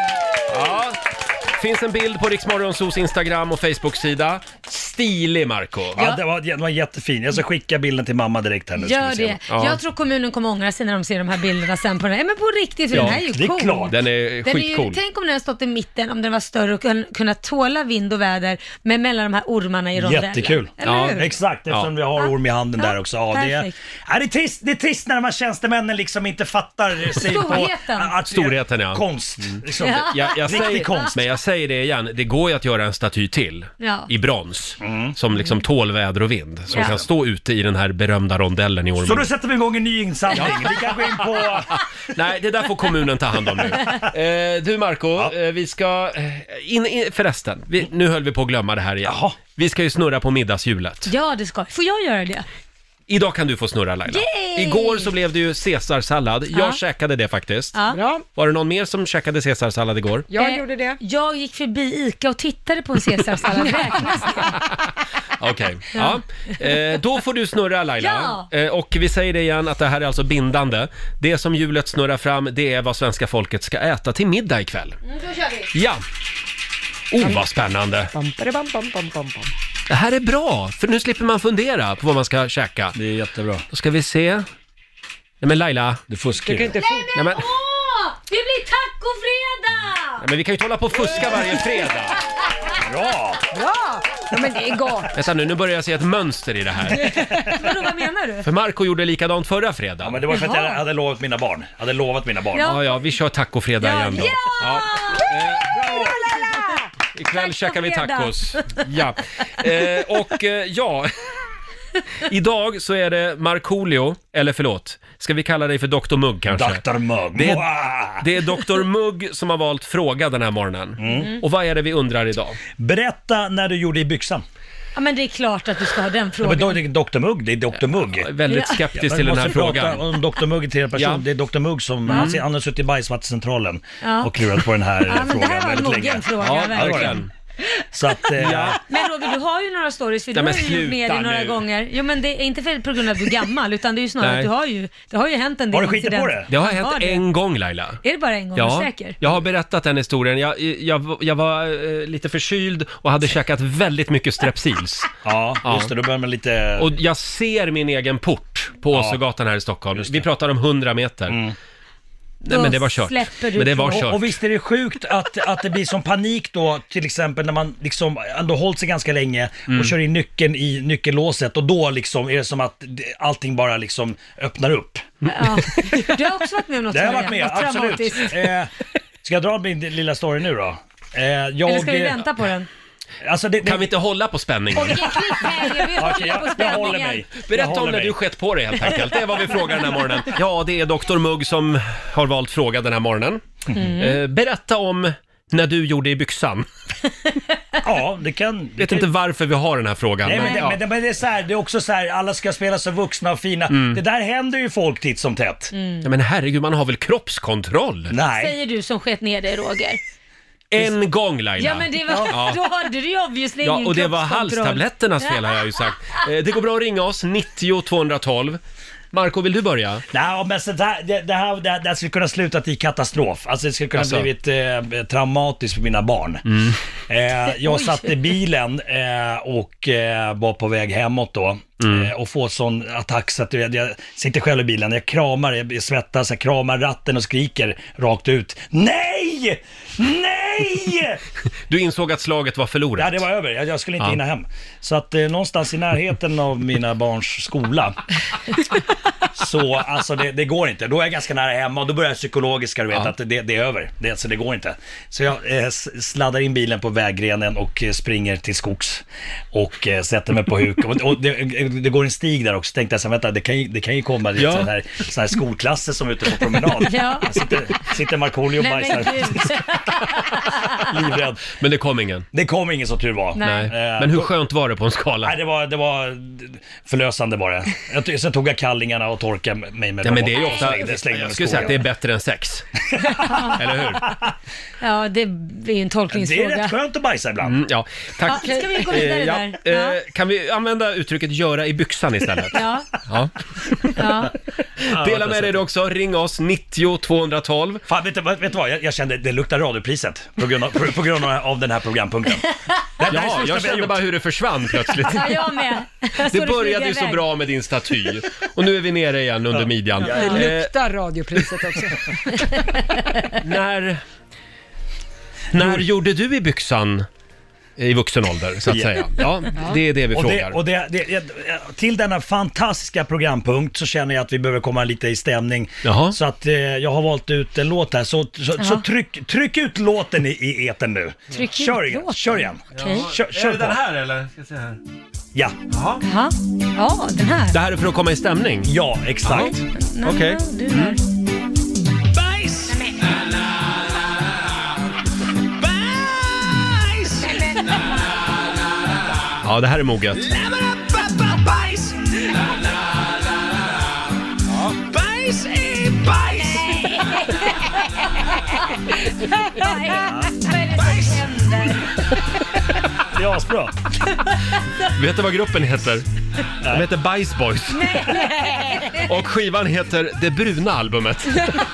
Ja. Finns en bild på Rix Morgonzos Instagram och Facebook-sida. Stilig, Marco. Ja, det var jättefin. Jag ska skicka bilden till mamma direkt här nu. Gör det. Ja. Jag tror kommunen kommer ångra sig när de ser de här bilderna sen på den här. Men på riktigt, för den här är ju cool. Klart. Den är skitcool. Tänk om den har stått i mitten, om den var större och kunnat tåla vind och väder med mellan de här ormarna i rondellen. Jättekul. Ja, exakt, eftersom vi har orm i handen där också. Ja, det är trist när de här tjänstemännen liksom inte fattar sig på storheten, konst. Liksom. Riktig konst. Men jag säger det igen, det går ju att göra en staty till i brons som liksom tål väder och vind, som kan stå ute i den här berömda rondellen i Orminge. Så då sätter vi igång en ny insamling. Vi kan gå in på... Nej, det där får kommunen ta hand om nu. Du Marco, vi ska... förresten, nu höll vi på att glömma det här igen. Jaha. Vi ska ju snurra på middagshjulet. Ja, det ska. Får jag göra det? Idag kan du få snurra, Laila. Yay! Igår så blev det ju caesarsallad. Jag käkade det faktiskt. Var det någon mer som käkade caesarsallad igår? Jag gjorde det. Jag gick förbi Ica och tittade på en caesarsallad. Räknas det? Okej. Ja. Då får du snurra, Laila. Och vi säger det igen att det här är alltså bindande. Det som hjulet snurrar fram, det är vad svenska folket ska äta till middag ikväll. Då kör vi. Ja. Vad spännande. Det här är bra, för nu slipper man fundera på vad man ska käka. Det är jättebra. Då ska vi se. Nej men Laila, du fuskar. Det blir tacofredag! Nej men vi kan ju inte hålla på och fuska varje fredag. Bra! Ja, men det är gott. Vänta nu börjar jag se ett mönster i det här. Vadå, vad menar du? För Marco gjorde likadant förra fredag. Ja, men det var för att jag hade lovat mina barn. Ja, vi kör tacofredag igen då. Ja. Ikväll käkar vi tacos. Ja. Idag så är det Markoolio, eller förlåt, ska vi kalla dig för Dr. Mugg kanske? Dr. Mugg. Det är Dr. Mugg som har valt fråga den här morgonen. Och vad är det vi undrar idag? Berätta när du gjorde i byxan. Ja, men det är klart att du ska ha den frågan. Men då är det Dr. Mugg, det är Dr. Mugg. Ja, väldigt skeptisk till den här frågan. Om Dr. Mugg är till en person, det är Dr. Mugg som, han har suttit i bajsvattencentralen och klurat på den här frågan det här var väldigt länge. En fråga, verkligen. Så att, Men Roger, du har ju några stories, för du har ju gjort med dig några gånger. Jo, men det är inte för på grund av att du är gammal, utan det är ju snarare att det har ju hänt en del. Har du skitit på det? Det har hänt en gång, Laila. Är det bara en gång? Är du säker? Jag har berättat den historien. Jag var lite förkyld och hade käkat väldigt mycket strepsils. Ja, just det, då börjar man lite... Och jag ser min egen port på Åsögatan här i Stockholm. Vi pratar om 100 meter. Nej, men det var kört. Men det var kört. Och visst är det sjukt att det blir som panik då, till exempel när man liksom ändå hållit sig ganska länge och kör in nyckeln i nyckellåset, och då liksom är det som att allting bara liksom öppnar upp. Ja. Du har också varit med om något. Det har jag varit med, absolut. Ska jag dra min lilla story nu då? Eller ska vi vänta på den? Alltså kan vi inte hålla på spänningen? Jag håller mig. Berätta om när du skett på dig helt enkelt. Det är vad vi frågar den här morgonen. Ja, det är Dr. Mugg som har valt fråga den här morgonen. Berätta om när du gjorde i byxan. Ja, det kan... Vet inte varför vi har den här frågan. Nej, men det är så här, det är också så här, alla ska spela så vuxna och fina. Det där händer ju folk titt som tätt. Ja, men herregud, man har väl kroppskontroll? Nej. Säger du som skett ner dig, Roger. En gång, Laila. Ja, men det var, då hade du ju obviously ingen och det var halstabletternas fel, har jag ju sagt. Det går bra att ringa oss, 90 212. Marco, vill du börja? Nej, men så det här skulle kunna sluta i katastrof. Alltså det skulle kunna blivit traumatiskt för mina barn. Jag satt i bilen och var på väg hemåt då. Och få sån attack så att jag sitter själv i bilen, jag svettas, jag kramar ratten och skriker rakt ut: nej! Nej! Du insåg att slaget var förlorat? Ja, det var över, jag skulle inte hinna hem. Så att någonstans i närheten av mina barns skola Så alltså det går inte. Då är jag ganska nära hemma och då börjar jag psykologiska, du vet, att det är över. Så det går inte. Så jag sladdar in bilen på vägrenen och springer till skogs och sätter mig på huk. Och det går en stig där också. Tänkte jag så här, vänta, det kan ju komma lite sån här skolklasser som är ute på promenad. Ja. Sitter Markoolio och bajsar. Livrädd. Men det kom ingen? Det kom ingen, så tur var. Nej. Men hur skönt var det på en skala? Nej, det var förlösande var det. Sen tog jag kallingarna och torkade mig med dem. Men det är ju ofta, jag skulle säga att det är bättre än sex. Eller hur? Ja, det är ju en tolkningsfråga. Det är rätt skönt att bajsa ibland. Ja, tack. Ja, ska vi gå vidare där? Kan vi använda uttrycket göra i byxan istället? Ja. Dela med dig också, ring oss 90 212. Fan, vet du vad? Jag kände det luktar radiopriset på grund av den här programpunkten. Jag kände bara hur det försvann plötsligt. Ja, jag med. Det började ju så bra med din staty. Och nu är vi nere igen under midjan. Det luktar radiopriset också. När gjorde du i byxan i vuxen ålder, så att säga? Ja, det är det vi frågar. Och till denna fantastiska programpunkt så känner jag att vi behöver komma lite i stämning. Jaha. Så att jag har valt ut en låt här. Så tryck ut låten i etern nu. Kör igen. Okay. Kör den här eller? Ska jag se här. Ja. Jaha. Ja, den här. Det här är för att komma i stämning? Ja, exakt. Okej. Bajs! Ja, det här är moget. Bajs! Bajs är bajs! Det är asbra. Vet du vad gruppen heter? De heter Bajs Boys. Och skivan heter Det bruna albumet.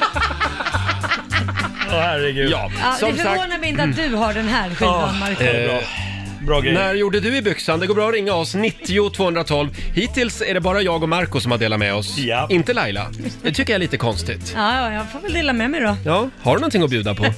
Herregud. Ja, det förvånar mig inte att du har den här skivan, Marco. Bra grej. När gjorde du i byxan? Det går bra att ringa oss 90 212. Hittills är det bara jag och Marco som har delat med oss. Ja. Inte Laila. Det tycker jag är lite konstigt. Ja, jag får väl dela med mig då. Ja, har du någonting att bjuda på?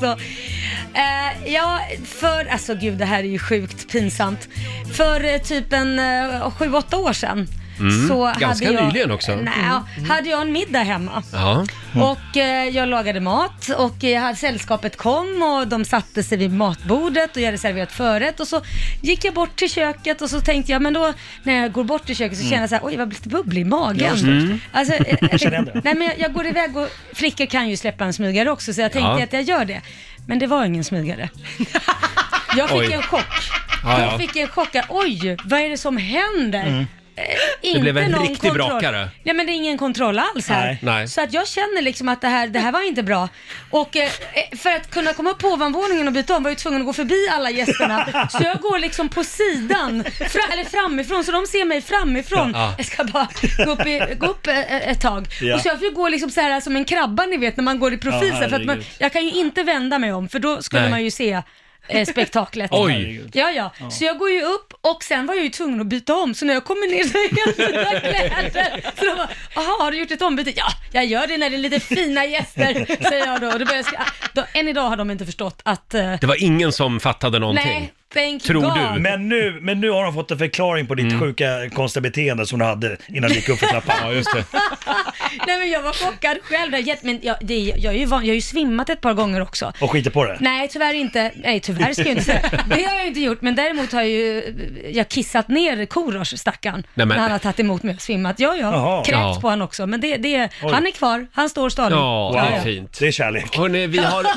Alltså gud, det här är ju sjukt pinsamt. För typ 7-8 år sedan. Så ganska hade jag, nyligen också. Hade jag en middag hemma. Ja. Och jag lagade mat och sällskapet kom och de satte sig vid matbordet och jag hade serverat förrätt och så gick jag bort till köket och så tänkte jag, men då när jag går bort till köket så känner jag så här, oj vad blir lite bubblig i magen. Alltså, jag går iväg och flickor kan ju släppa en smygare också, så jag tänkte att jag gör det. Men det var ingen smygare. Jag fick en chock. Jag fick en chock. Oj, vad är det som händer? Det blev en riktig brakare. Nej, men det är ingen kontroll alls här. Nej. Så att jag känner liksom att det här var inte bra. Och för att kunna komma upp på ovanvåningen och byta om var jag tvungen att gå förbi alla gästerna. Så jag går liksom på sidan, eller framifrån, så de ser mig framifrån. Jag ska bara gå upp ett tag. Och så jag får gå liksom så här som en krabba, ni vet, när man går i profil. För att jag kan ju inte vända mig om, för då skulle man ju se spektaklet. Oj. Ja. Så jag går ju upp och sen var jag ju tvungen att byta om. Så när jag kommer ner så är jag sina kläder. Så de bara, jaha, har du gjort ett ombyte? Ja, jag gör det när det är lite fina gäster, säger jag då. Och än idag har de inte förstått att... Det var ingen som fattade någonting. Nej. Tror God. du? Men nu har de fått en förklaring på ditt sjuka konstiga beteende som du hade innan du gick upp för trappan. Ja, just det. Nej, men jag var chockad själv. Men jag har ju svimmat ett par gånger också. Och skiter på det? Nej, tyvärr inte. Nej, tyvärr ska jag inte säga. Det har jag inte gjort. Men däremot har jag kissat ner Korosh, stackarn. När han har tagit emot mig och svimmat. Krävt på han också. Men han är kvar. Han står stadigt. Ja, det är fint. Det är kärlek. Hörrni,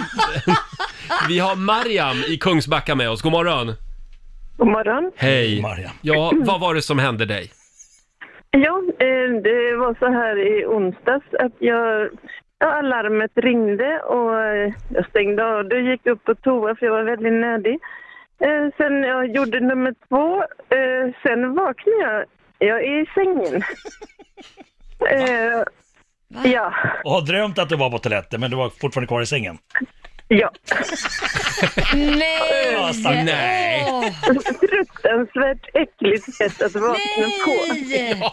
vi har Mariam i Kungsbacka med oss. God morgon. God morgon. Hej. Mariam. Ja, vad var det som hände dig? Ja, det var så här i onsdags att alarmet ringde och jag stängde av och gick upp på toa för jag var väldigt nödig. Sen jag gjorde nummer 2, sen vaknade jag är i sängen. Ja. Och har drömt att du var på toaletten, men du var fortfarande kvar i sängen. Ja. Nej. Fruktansvärt äckligt sätt att vakna på. Ja,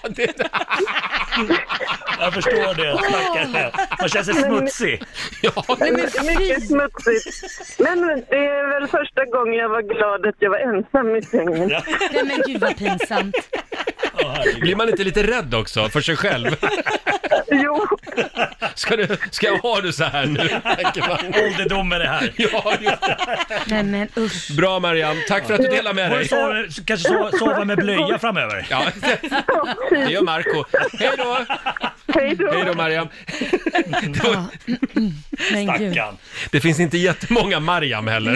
jag förstår det. Man känner sig smutsig. Mycket smutsigt. Men det är väl första gången jag var glad att jag var ensam i sängen. Nej, men gud vad pinsamt. Blir man inte lite rädd också för sig själv? Jo. Ska jag ha det så här nu? Ålderdomen är här. Ja, just det. Nej men usch. Bra Marianne, tack för att du delar med dig. Kanske sova med blöja framöver. Ja, det gör Marco. Hej då! Hej då Mariam. Stackarn. Det finns inte jättemånga Mariam heller.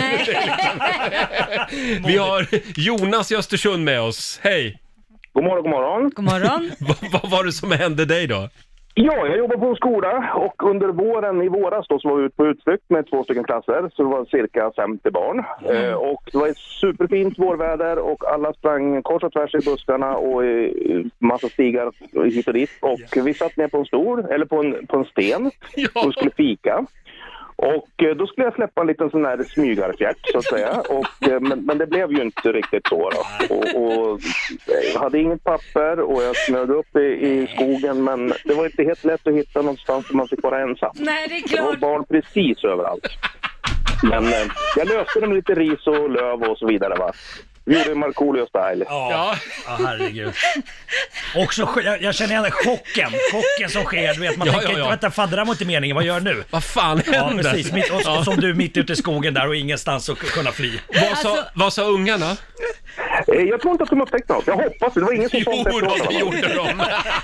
Vi har Jonas i Östersund med oss. Hej! God morgon, god morgon. God morgon. Vad var det som hände dig då? Ja, jag jobbar på en skola och under våras då så var vi ute på utflykt med 2 stycken klasser, så det var cirka 50 barn. Och det var ett superfint vårväder och alla sprang kors och tvärs i buskarna och i massa stigar hit och dit. Och vi satt ner på en stol, eller på en sten och skulle fika. Och då skulle jag släppa en liten sån här smygarfjärt så att säga. Men det blev ju inte riktigt så då. Och jag hade inget papper och jag snödde upp i skogen, men det var inte helt lätt att hitta någonstans där man fick vara ensam. Nej, det är klart. Det var barn precis överallt. Men jag löste dem lite ris och löv och så vidare va. Vi gjorde Markoolio-style. Ja, herregud. Också, jag känner igen chocken som sker. Du vet, man tänker, vänta, faddrar mot inte meningen, vad gör nu? Vad fan händer? Ja, precis. Och som du mitt ute i skogen där och ingenstans att kunna fly. Vad sa ungarna? Jag tror inte att de upptäckte något. Jag hoppas det. Det var ingen som sånt efteråt. Jo, det gjorde de.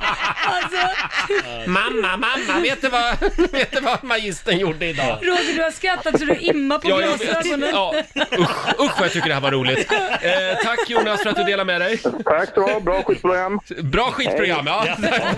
Mamma, vet du vad magistern gjorde idag? Roger, du har skrattat så du immar på glasögonen. Ja, usch, jag tycker det här var roligt. Tack Jonas för att du delar med dig. Tack så, bra skitprogram. Bra skitprogram, ja.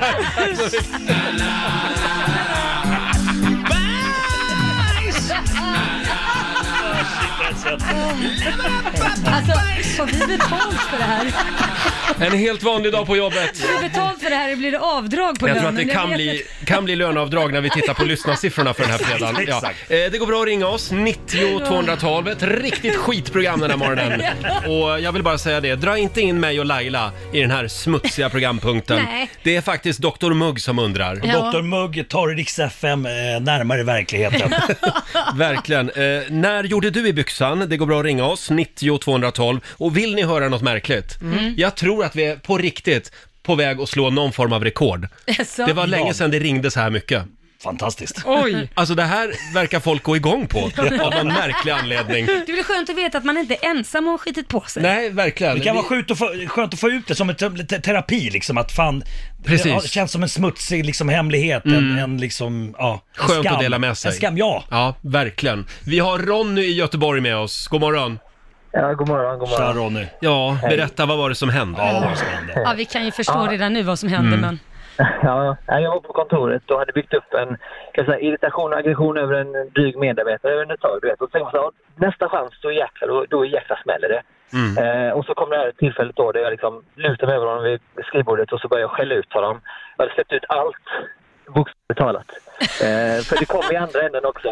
Alltså, får vi betalt för det här? En helt vanlig dag på jobbet. Får vi betalt för det här? Blir det avdrag på lönen? Jag tror att det kan bli löneavdrag när vi tittar på lyssnarsiffrorna för den här fredagen. Ja. Det går bra att ringa oss, 90 212. Ett riktigt skitprogram den här morgonen. Och jag vill bara säga det, dra inte in mig och Laila i den här smutsiga programpunkten. Nej. Det är faktiskt Dr. Mugg som undrar. Ja. Dr. Mugg tar Rix FM närmare verkligheten. Verkligen. När gjorde du i byxan? Det går bra att ringa oss, 90 212. Och vill ni höra något märkligt? Jag tror att vi är på riktigt på väg att slå någon form av rekord. Det var länge sedan det ringde så här mycket. Fantastiskt. Oj! Alltså det här verkar folk gå igång på av någon märklig anledning. Det blir skönt att veta att man inte är ensam och skitit på sig. Nej, verkligen. Det kan vara skönt att få ut det som ett terapi liksom, att fan, det känns som en smutsig liksom, hemlighet, en liksom, ja, en skönt skam. att dela med sig. En skam, ja. Ja, verkligen. Vi har Ronny i Göteborg med oss. God morgon. Ja, god morgon. Tja, Ronny. Ja, berätta, vad var det som hände? Ja, vi kan ju förstå redan nu vad som hände, men... Ja, jag var på kontoret och hade byggt upp en irritation och aggression över en dryg medarbetare över ett tag, du vet. Och sen så nästa chans, då jäkla smäller det. Och så kom det här tillfället då där jag liksom lutade mig över honom vid skrivbordet och så började jag skälla ut honom. Jag hade släppt ut allt, bokstavligt talat. För det kom i andra änden också.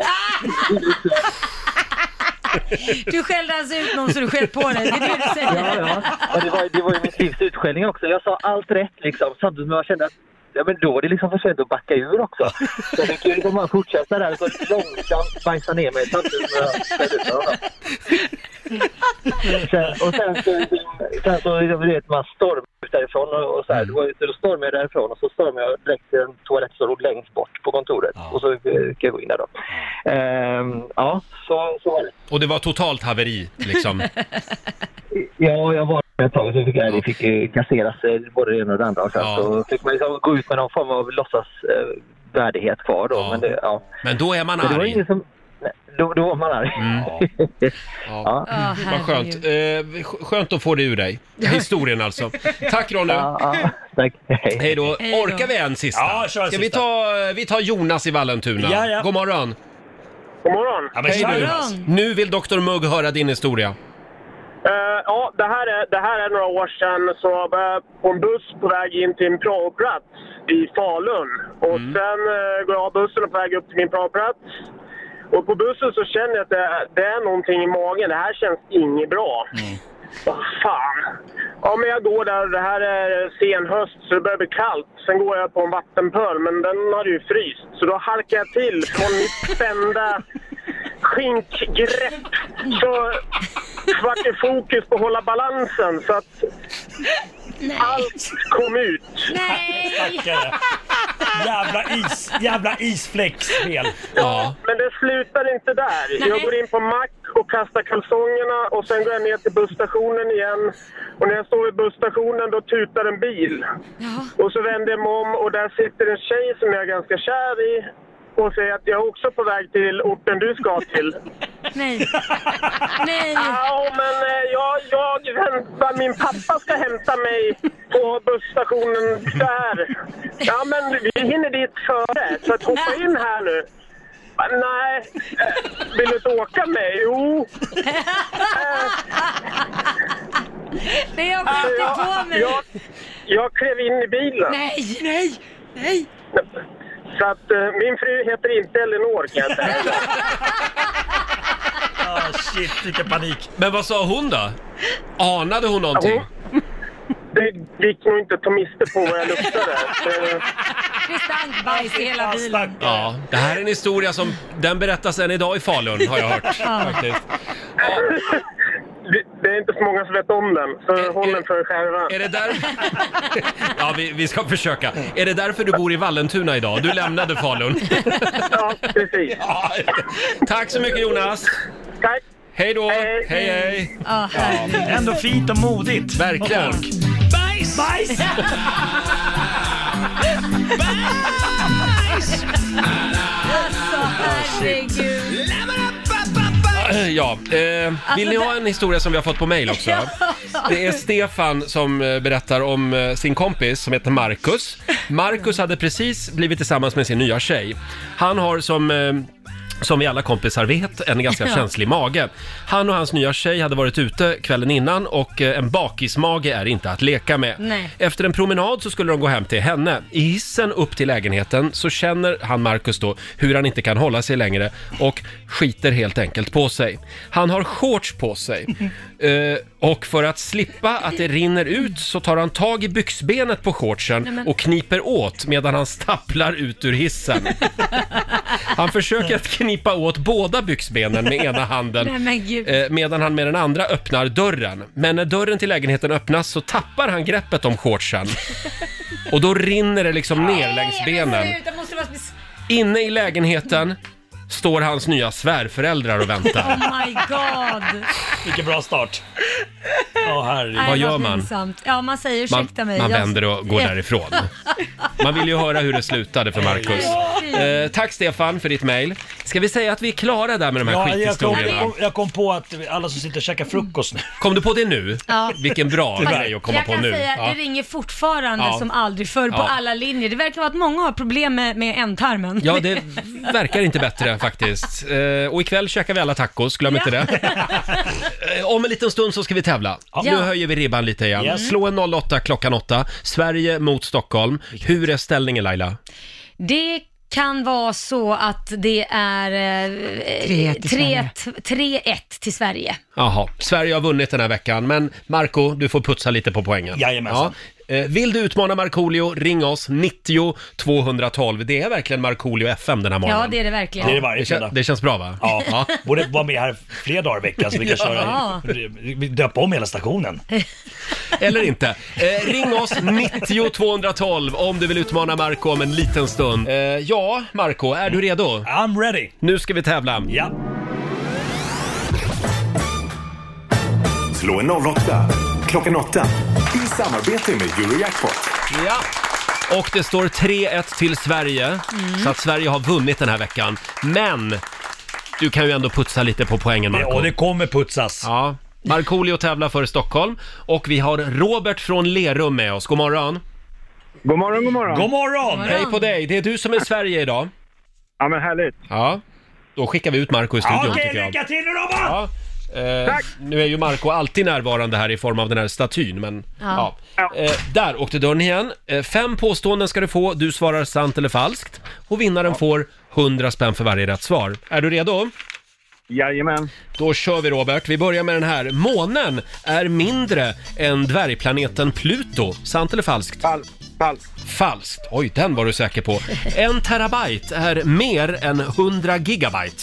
Du skällde alltså ut någon så du skäll på dig, det är det du säger. Ja. Och det var ju mitt livs utskällning också. Jag sa allt rätt liksom, samtidigt som jag kände att men då är det liksom för sent att backa ur också. Så jag tänkte liksom bara fortsätta där så långsamt bajsa ner mig samtidigt som jag skällde ut honom. Sen så vet man storm ut därifrån och så här, då stormade jag därifrån och så stormade jag direkt till en toalett som låg längst bort på kontoret och så kan jag gå in där då. Ja, så var det. Och det var totalt haveri liksom. Ja, jag var ett tag så fick kasseras både det ena och det andra. Så fick man liksom gå ut med någon form av låtsas värdighet kvar då. Ja. Men då är man arg. Det var ingen som... Då var man arg. Vad skönt. Skönt att få det ur dig. Historien alltså. Tack Ronny. Tack. Hej då. Orkar vi en sista? Ja, kör Ska sista. vi tar Jonas i Vallentuna. Ja. God morgon. God morgon. Ja, men Hej du. Nu vill Dr. Mugg höra din historia. Ja, det här är några år sedan så var jag på en buss på väg in till en praoplats i Falun. Och sen går jag av bussen och på väg upp till min praoplats. Och på bussen så känner jag att det är någonting i magen. Det här känns inget bra. Vad fan. Ja, men jag går där och det här är sen höst så det börjar bli kallt. Sen går jag på en vattenpöl men den har ju fryst. Så då halkar jag till från mitt spända skinkgrepp. Så vart det fokus på att hålla balansen så att allt kom ut. Nej! Jävla isfläckspel. Ja. Men det slutar inte där. Nej. Jag går in på Mac och kastar kalsongerna och sen går jag ner till busstationen igen. Och när jag står vid busstationen då tutar en bil. Ja. Och så vänder jag mig om och där sitter en tjej som jag är ganska kär i. Och säger att jag är också på väg till orten du ska till. Nej. Nej. Ja, men jag väntar. Min pappa ska hämta mig på busstationen där. Ja, men vi hinner dit före. Så att hoppa in här nu. Nej, vill du inte åka med? Jo. Nej, jag skjuter på mig. Jag klev in i bilen. Nej. Så att min fru heter inte Elinor, kan jag säga. Shit, vilken panik. Men vad sa hon då? Anade hon någonting? Det gick nog inte att ta miste på vad jag luktade. Det stank bajs i hela bilen. Ja, det här är en historia som den berättas än idag i Falun, har jag hört. Faktiskt. Ja. Det är inte så många som vet om den, så håll den för er själva. Är det där... Ja, vi ska försöka. Är det därför du bor i Vallentuna idag? Du lämnade Falun. Ja, precis. Ja. Tack så mycket, Jonas. Tack. Hej då. Hej. Ja, ändå fint och modigt. Verkligen. Bajs! Bajs! Alltså, herregud. Ja, vill ni ha en historia som vi har fått på mejl också? Det är Stefan som berättar om sin kompis som heter Marcus. Marcus hade precis blivit tillsammans med sin nya tjej. Han har som vi alla kompisar vet, en ganska känslig mage. Han och hans nya tjej hade varit ute kvällen innan och en bakismage är inte att leka med. Nej. Efter en promenad så skulle de gå hem till henne. I hissen upp till lägenheten så känner han Marcus då hur han inte kan hålla sig längre och skiter helt enkelt på sig. Han har shorts på sig och för att slippa att det rinner ut så tar han tag i byxbenet på shortsen och kniper åt medan han stapplar ut ur hissen. Han försöker att knipa åt båda byxbenen med ena handen medan han med den andra öppnar dörren. Men när dörren till lägenheten öppnas så tappar han greppet om shortsen. Och då rinner det liksom ner längs benen. Inne i lägenheten står hans nya svärföräldrar och väntar. Oh my god. Vilken bra start. Vad gör man? Ja, man säger ursäkta mig. Man vänder och går därifrån. Man vill ju höra hur det slutade för Marcus. Tack Stefan för ditt mejl. Ska vi säga att vi är klara där med de här skithistorierna? Jag kom på att alla som sitter och käkar frukost nu. Kom du på det nu? Ja. Vilken bra grej att komma på nu. Jag kan säga att det ringer fortfarande som aldrig förr på alla linjer. Det verkar vara att många har problem med ändtarmen. Ja, det verkar inte bättre faktiskt. Och ikväll käkar vi alla tacos, glöm inte det. Om en liten stund så ska vi tävla. Nu höjer vi ribban lite igen. Yes. Slå en 08 klockan 8. Sverige mot Stockholm. Hur är ställningen, Laila? Det kan vara så att det är 3-1 till Sverige. Jaha, Sverige har vunnit den här veckan. Men Marco, du får putsa lite på poängen. Jajamensan. Vill du utmana Markoolio, ring oss 90 212. Det är verkligen Markoolio FM den här morgonen. Ja, det är det verkligen. Det är det varje fredag. Det känns bra, va? Ja. Borde vara med här fler dagar i veckan så vi kan köra, döpa om hela stationen. Eller inte. Ring oss 90 212 om du vill utmana Marco om en liten stund. Ja, Marco, är du redo? I'm ready. Nu ska vi tävla. Ja. Slå en 08 klockan 8 i samarbete med Eurojackpot. Ja. Och det står 3-1 till Sverige. Så att Sverige har vunnit den här veckan. Men du kan ju ändå putsa lite på poängen, Marco. Och det kommer putsas. Ja. Markoolio tävlar för Stockholm. Och vi har Robert från Lerum med oss. God morgon. God morgon, god morgon. God morgon. Hej på dig. Det är du som är Sverige idag. Ja, men härligt. Ja. Då skickar vi ut Marco i studion, Okej, tycker jag. lycka till nu då, va? Ja. Nu är ju Marco alltid närvarande här i form av den här statyn, men ja. Där åkte dörren igen. 5 påståenden ska du få. Du svarar sant eller falskt. Och vinnaren får 100 spänn för varje rätt svar. Är du redo? Jajamän. Då kör vi, Robert. Vi börjar med den här. Månen är mindre än dvärgplaneten Pluto. Sant eller falskt? Falskt. Oj, den var du säker på. 1 terabyte är mer än 100 gigabyte.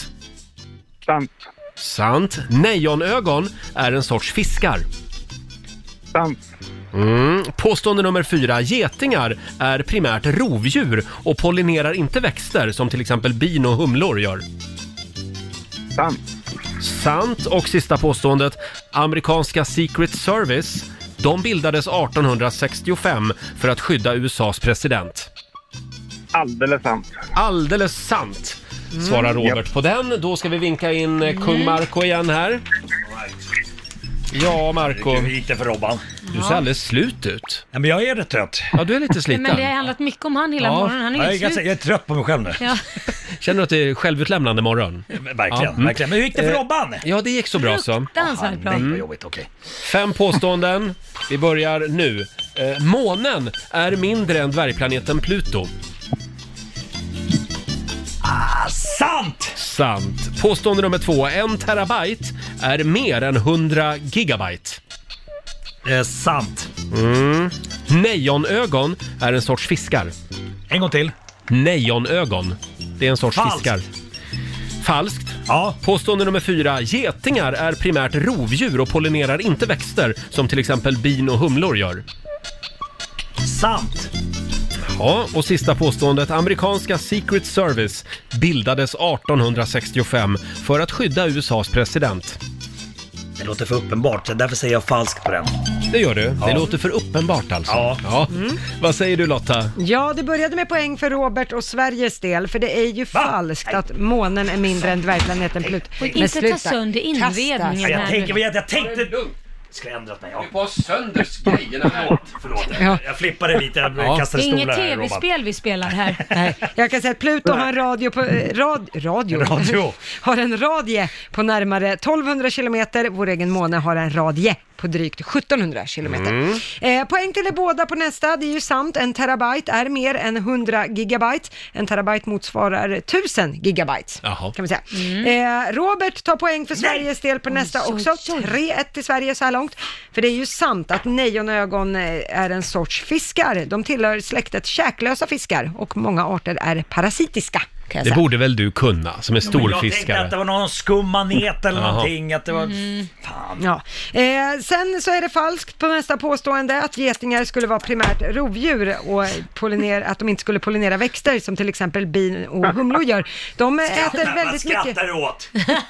Sant. Nejonögon är en sorts fiskar. Påstående nummer 4. Getingar är primärt rovdjur och pollinerar inte växter som till exempel bin och humlor gör. Sant. Och sista påståendet. Amerikanska Secret Service, de bildades 1865 för att skydda USAs president. Alldeles sant. Svarar Robert på den. Då ska vi vinka in kung Marco igen här. Ja, Marco. Hur gick det för Robban? Du ser alldeles slut ut. Ja, men jag är rätt trött. Ja, du är lite sliten. Men det har handlat mycket om han hela morgonen. Han är ju slut. Jag är trött på mig själv nu. Ja. Känner du att det är självutlämnande morgon? Verkligen, verkligen. Men hur gick det för Robban? Ja, det gick så bra så. Fruktansvärt bra. Nej, vad jobbigt, okej. 5 påståenden. Vi börjar nu. Månen är mindre än dvärgplaneten Pluto. Sant. Påstående nummer 2. 1 terabyte är mer än 100 gigabyte. Sant. Nejonögon är en sorts fiskar. En gång till. Nejonögon. Det är en sorts fiskar. Falskt. Ja. Påstående nummer 4. Getingar är primärt rovdjur och pollinerar inte växter som till exempel bin och humlor gör. Sant. Ja, och sista påståendet. Amerikanska Secret Service bildades 1865 för att skydda USAs president. Det låter för uppenbart, så därför säger jag falskt på den. Det gör du. Det låter för uppenbart alltså. Ja. Vad säger du, Lotta? Ja, det började med poäng för Robert och Sveriges del, för det är ju falskt att månen är mindre än dvärgplaneten Pluto. Och inte ta sönder inredningen Jag tänkte... Ska jag ändra mig? Du på sönder grejerna här. Förlåt. Ja. Jag flippade lite, jag kastade stolar Inget här, tv-spel vi spelar här. Nej, jag kan säga att Pluto har en radio på, har en radie på närmare 1200 kilometer. Vår egen måne har en radie på drygt 1700 kilometer. Poäng till er båda på nästa. Det är ju sant, 1 terabyte är mer än 100 gigabyte. 1 terabyte motsvarar 1000 gigabyte. Kan man säga. Robert tar poäng för Sveriges del på nästa också. 3-1 till Sverige så här långt. För det är ju sant att nejonögon är en sorts fiskar. De tillhör släktet käklösa fiskar och många arter är parasitiska. Det borde väl du kunna, som är storfiskare. Jag tänkte att det var någon skummanet eller någonting. Att det var... Fan. Ja. Sen så är det falskt på nästa påstående att getingar skulle vara primärt rovdjur och att de inte skulle pollinera växter som till exempel bin och humlor gör. De äter väldigt mycket. Åt?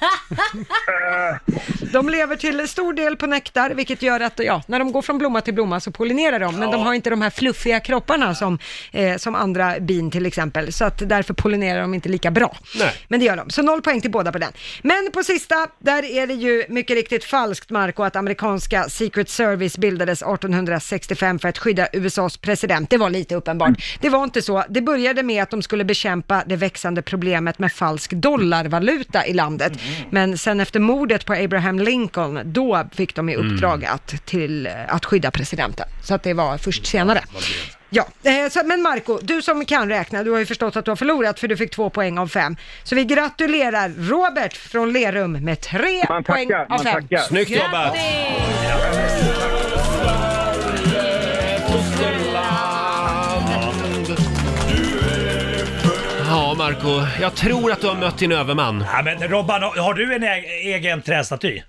De lever till stor del på nektar, vilket gör att när de går från blomma till blomma så pollinerar de. Men de har inte de här fluffiga kropparna som andra bin till exempel. Så att därför pollinerar de inte lika bra. Nej. Men det gör de. Så 0 poäng till båda på den. Men på sista, där är det ju mycket riktigt falskt, Marco, att amerikanska Secret Service bildades 1865 för att skydda USAs president. Det var lite uppenbart. Det var inte så. Det började med att de skulle bekämpa det växande problemet med falsk dollarvaluta i landet. Men sen efter mordet på Abraham Lincoln, då fick de i uppdrag att skydda presidenten. Så att det var först senare. Ja, men Marco, du som kan räkna, du har ju förstått att du har förlorat för du fick 2 poäng av 5. Så vi gratulerar Robert från Lerum med 3 poäng av 5. Snyggt jobbat! Ja, Marco, jag tror att du har mött din överman. Ja, men Robban, har du en egen trästaty?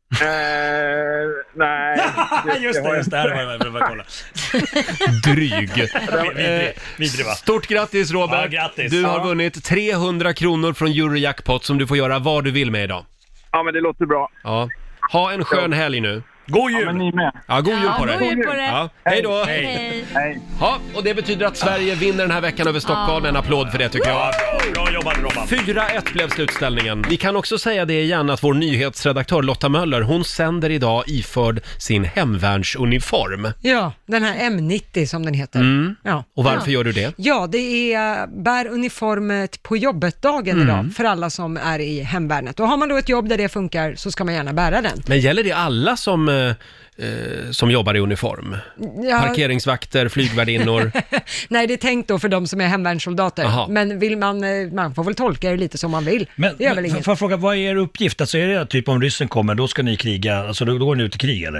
Nej. Just det här var jag kolla. Dryg. Vidrig, va? Stort grattis, Robert. Ja, grattis. Du har vunnit 300 kronor från Eurojackpot som du får göra vad du vill med idag. Ja, men det låter bra. Ja. Ha en skön helg nu. God jul! Ja, men ni med. Ja, god jul på dig. God jul på dig. Ja, hej då! Hej. Ja, och det betyder att Sverige vinner den här veckan över Stockholm. En applåd för det tycker jag. Bra jobbat, Robban. 4-1 blev slutställningen. Vi kan också säga det igen att vår nyhetsredaktör Lotta Möller, hon sänder idag iförd sin hemvärnsuniform. Ja, den här M90 som den heter. Ja. Och varför gör du det? Ja, det är bär uniformet på jobbet-dagen idag för alla som är i hemvärnet. Och har man då ett jobb där det funkar så ska man gärna bära den. Men gäller det alla som jobbar i uniform? Ja. Parkeringsvakter, flygvärdinnor? Nej, det är tänkt då för de som är hemvärnssoldater. Aha. Men vill man får väl tolka det lite som man vill. Men det gör väl inget. Får jag fråga, vad är er uppgift? Alltså är det typ om ryssen kommer, då ska ni kriga, alltså då går ni ut i krig eller?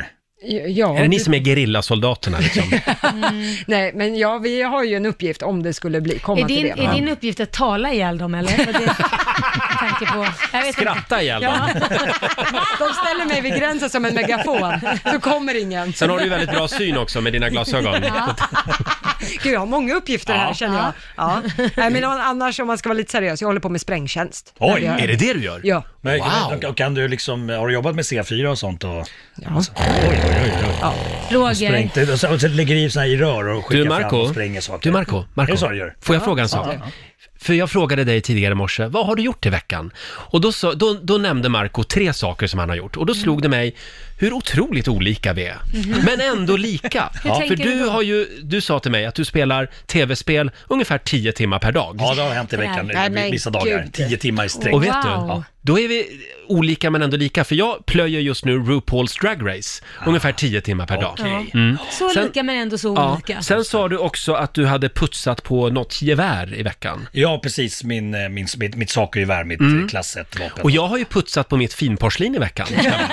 Ja, är det ni som är gerillasoldaterna liksom? Nej, men ja, vi har ju en uppgift om det skulle komma till det. Är din uppgift att tala ihjäl dem eller? För det, tanke på, jag vet Skratta ihjäl dem. Ja. De ställer mig vid gränsen som en megafon, så kommer ingen. Sen har du ju väldigt bra syn också med dina glasögon. Ja. Gud, jag har många uppgifter här känner jag. Ja. Nej, men annars om man ska vara lite seriös, jag håller på med sprängtjänst. Oj, är det det du gör? Ja. Men, kan du liksom, har du jobbat med C4 och sånt? Och, ja. Alltså, oj. Ja. Roger. Och så lägger i såna här i rör och skickar fram och spränger saker. Du Marco, Är det så du gör? får jag fråga en sak? Ja. För jag frågade dig tidigare i morse, vad har du gjort i veckan? Och då nämnde Marco 3 saker som han har gjort. Och då slog det mig hur otroligt olika vi är. Men ändå lika. För du sa till mig att du spelar tv-spel ungefär 10 timmar per dag. Ja, det har hänt i veckan vissa dagar. 10 timmar i sträck. Och vet du, då är vi olika men ändå lika. För jag plöjer just nu RuPaul's Drag Race. Ungefär 10 timmar per dag. Så lika men ändå så olika. Sen sa du också att du hade putsat på något gevär i veckan. Ja, precis. Mitt sakergevär, mitt klass 1-vapen. Och jag har ju putsat på mitt finporslin i veckan.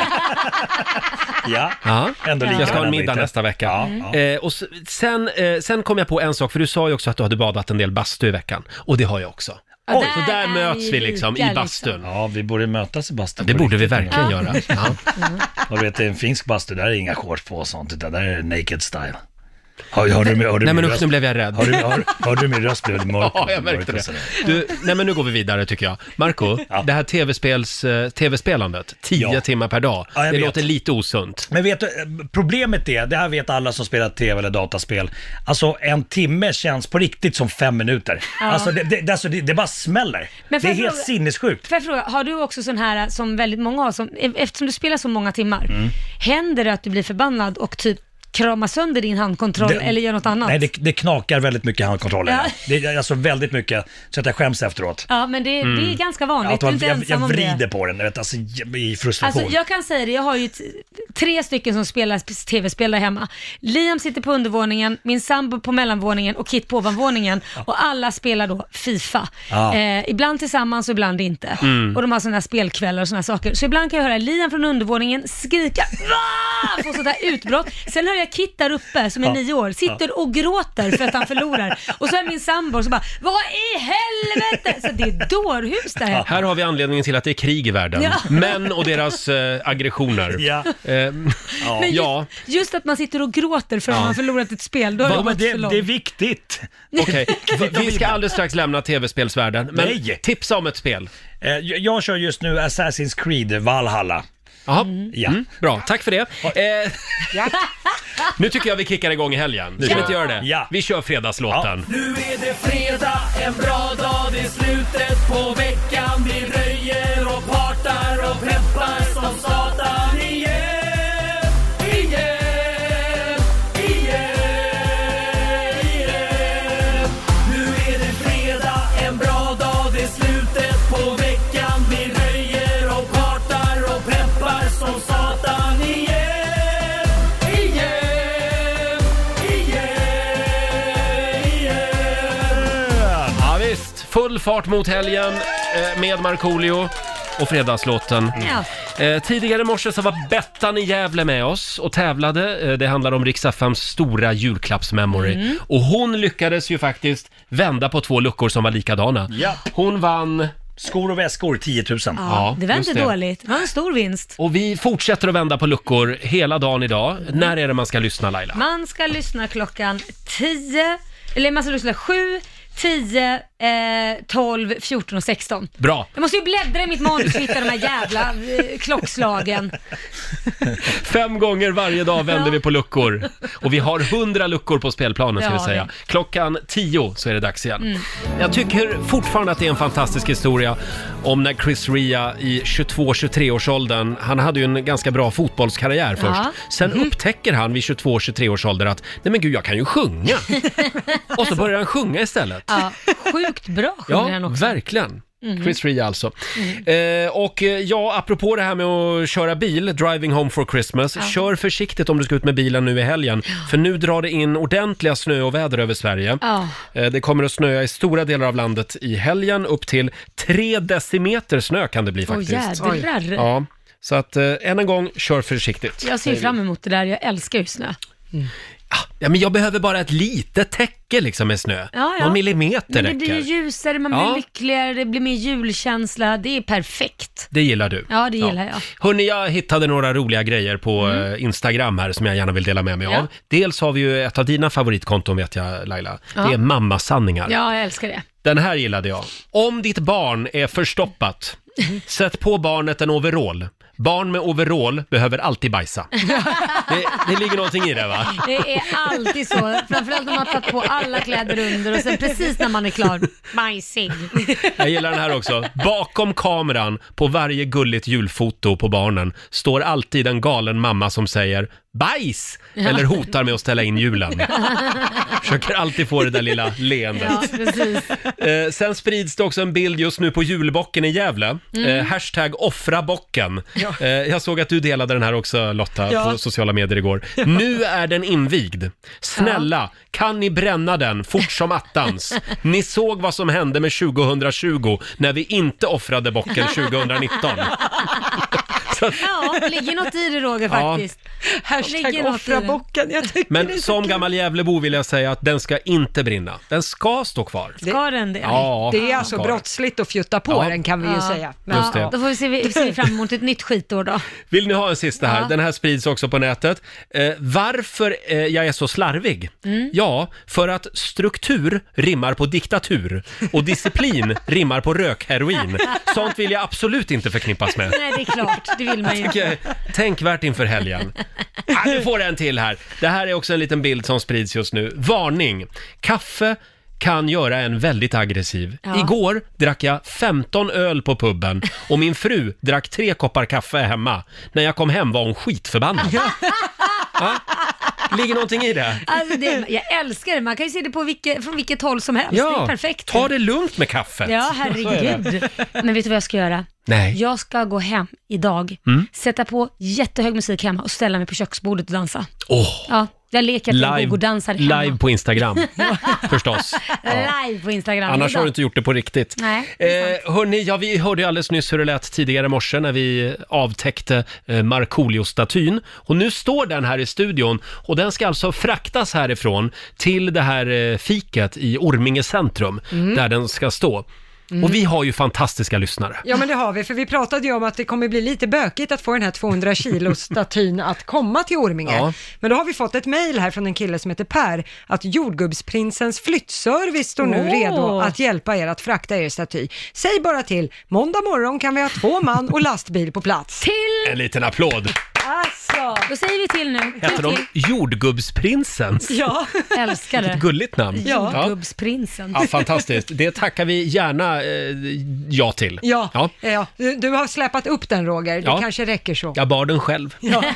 Ja, ändå lika. Jag ska ha en middag nästa vecka. Och sen kom jag på en sak, för du sa ju också att du hade badat en del bastu i veckan. Och det har jag också. Så där möts vi liksom i bastun. Ja, vi borde mötas i bastun. Det borde vi verkligen göra. Och du vet, en finsk bastu, där är inga shorts på och sånt, utan där är det naked style. Nej men nu blev jag rädd. Har du min röst? Ja, jag märkte det. Nej men nu går vi vidare tycker jag. Marco, det här tv-spelandet, 10 timmar per dag, det låter lite osunt. Men vet du, problemet är, det här vet alla som spelar tv eller dataspel, alltså en timme känns på riktigt som 5 minuter. Alltså det bara smäller. Men det är helt sinnessjukt. Får jag fråga, har du också sån här som väldigt många har, eftersom du spelar så många timmar, händer det att du blir förbannad och typ krama sönder din handkontroll eller gör något annat? Nej, det knakar väldigt mycket handkontroller. Ja. Det är alltså väldigt mycket så att jag skäms efteråt. Ja, men det är ganska vanligt. Jag vrider på den, vet, alltså, i frustration. Alltså, jag kan säga det, jag har ju 3 stycken som spelar tv-spel där hemma. Liam sitter på undervåningen, min sambo på mellanvåningen och Kit på ovanvåningen. Och alla spelar då FIFA. Ibland tillsammans och ibland inte. Och de har sådana här spelkvällar och sådana saker. Så ibland kan jag höra Liam från undervåningen skrika få sådär utbrott. Sen hör jag Kit där uppe som är 9 år, sitter och gråter för att han förlorar. Och så är min sambo som bara, vad i helvete? Så det är dårhus det här. Här har vi anledningen till att det är krig i världen. Män och deras aggressioner. Men just att man sitter och gråter för att man har förlorat ett spel, då men det är viktigt. Okej, vi ska alldeles strax lämna tv-spelsvärlden. Men tipsa om ett spel. Jag kör just nu Assassin's Creed Valhalla. Jaha, bra, tack för det. Nu tycker jag vi kickar igång i helgen. Ska vi inte göra det? Ja. Vi kör fredagslåten. Nu är det fredag, en bra dag, det är slutet på veckan. Vi röjer och partar och peppar som satan igen. Nu är det fredag, en bra dag, det är slutet på veckan. Vi röjer och partar och peppar som satan igen. Full fart mot helgen med Markoolio och fredagslåten. Tidigare i morse så var Bettan i Gävle med oss och tävlade. Det handlar om Rix FMs stora julklappsmemory. Och hon lyckades ju faktiskt vända på 2 luckor som var likadana. Hon vann skor och väskor, 10 000. Ja, det var inte dåligt. Det var en stor vinst. Och vi fortsätter att vända på luckor hela dagen idag. När är det man ska lyssna, Laila? Man ska lyssna klockan 10, eller man ska lyssna 7, 10, 12, 14 och 16. Bra. Jag måste ju bläddra i mitt manus och hitta de här jävla klockslagen. 5 gånger varje dag vänder vi på luckor. Och vi har 100 luckor på spelplanen, ska vi säga. Klockan 10 så är det dags igen. Jag tycker fortfarande att det är en fantastisk historia om när Chris Ria i 22-23-årsåldern, han hade ju en ganska bra fotbollskarriär först. Sen upptäcker han vid 22-23 års ålder att, nej men gud, jag kan ju sjunga. Och så börjar han sjunga istället. Ja, sjukt bra sjunger han också. Verkligen. Chris Ria alltså. Och apropå det här med att köra bil, driving home for Christmas, kör försiktigt om du ska ut med bilen nu i helgen. För nu drar det in ordentliga snö och väder över Sverige. Det kommer att snöa i stora delar av landet i helgen. Upp till 3 decimeter snö kan det bli faktiskt. Jädrar. Ja. Så att än en gång, kör försiktigt. Jag ser fram emot det där, jag älskar ju snö. Ja, men jag behöver bara ett litet täcke liksom med snö. Någon millimeter räcker. Men det blir ju ljusare, man blir lyckligare, det blir mer julkänsla. Det är perfekt. Det gillar du? Ja, det gillar jag. Hörrni, jag hittade några roliga grejer på Instagram här som jag gärna vill dela med mig av. Dels har vi ju ett av dina favoritkonton, vet jag, Laila. Det är mammasanningar. Ja, jag älskar det. Den här gillade jag. Om ditt barn är förstoppat, sätt på barnet en overall. Barn med overall behöver alltid bajsa. Det ligger någonting i det, va? Det är alltid så. Framförallt när man har tagit på alla kläder under och sen precis när man är klar, bajsig. Jag gillar den här också. Bakom kameran på varje gulligt julfoto på barnen står alltid en galen mamma som säger bajs! Eller hotar med att ställa in julen. Försöker alltid få det där lilla leendet. Ja, precis. Sen sprids det också en bild just nu på julbocken i Gävle. Hashtag offra bocken. Jag såg att du delade den här också, Lotta, på sociala medier igår. Nu är den invigd. Snälla, kan ni bränna den fort som attans? Ni såg vad som hände med 2020 när vi inte offrade bocken 2019. Ja, det ligger något i det, Roger, faktiskt. Hashtag offra bocken. Men som gammal Gävlebo vill jag säga att den ska inte brinna. Den ska stå kvar. Ska den det? Ja, det är alltså brottsligt att fjutta på den, kan vi ju säga. Men, just det. Då får vi se fram emot ett nytt skitår då. Vill ni ha en sista här? Den här sprids också på nätet. Varför jag är så slarvig? Ja, för att struktur rimmar på diktatur och disciplin rimmar på rökheroin. Sånt vill jag absolut inte förknippas med. Nej, det är klart. Det vill man ju inte. Tänkvärt inför helgen. Nu får en till här. Det här är också en liten bild som sprids just nu. Varning. Kaffe kan göra en väldigt aggressiv. Igår drack jag 15 öl på puben och min fru drack 3 koppar kaffe hemma. När jag kom hem var hon skitförbannad. Ligger någonting i det? Alltså jag älskar det. Man kan ju se det på från vilket håll som helst. Det är perfekt. Ta det lugnt med kaffet. Ja, herregud. Men vet du vad jag ska göra? Nej. Jag ska gå hem idag, sätta på jättehög musik hemma och ställa mig på köksbordet och dansa. Ja, jag leker till och dansar hemma. Live på Instagram, förstås. Live på Instagram. Annars har du inte gjort det på riktigt. Nej, hörni, vi hörde ju alldeles nyss hur det lät tidigare i morse när vi avtäckte Markoolio-statyn. Och nu står den här i studion och den ska alltså fraktas härifrån till det här fiket i Orminge centrum där den ska stå. Och vi har ju fantastiska lyssnare. Ja, men det har vi, för vi pratade ju om att det kommer bli lite bökigt att få den här 200 kilos statyn att komma till Orminge. Ja. Men då har vi fått ett mejl här från en kille som heter Per, att Jordgubbsprinsens flyttservice står nu redo att hjälpa er att frakta er staty. Säg bara till, måndag morgon kan vi ha 2 man och lastbil på plats. En liten applåd. Alltså, då säger vi till nu. Heter de Jordgubbsprinsens? Ja. Älskar det. Ett gulligt namn. Jordgubbsprinsen. Ja, fantastiskt. Det tackar vi gärna ja till. Ja. Du har släpat upp den, Roger. Det kanske räcker så. Jag bar den själv.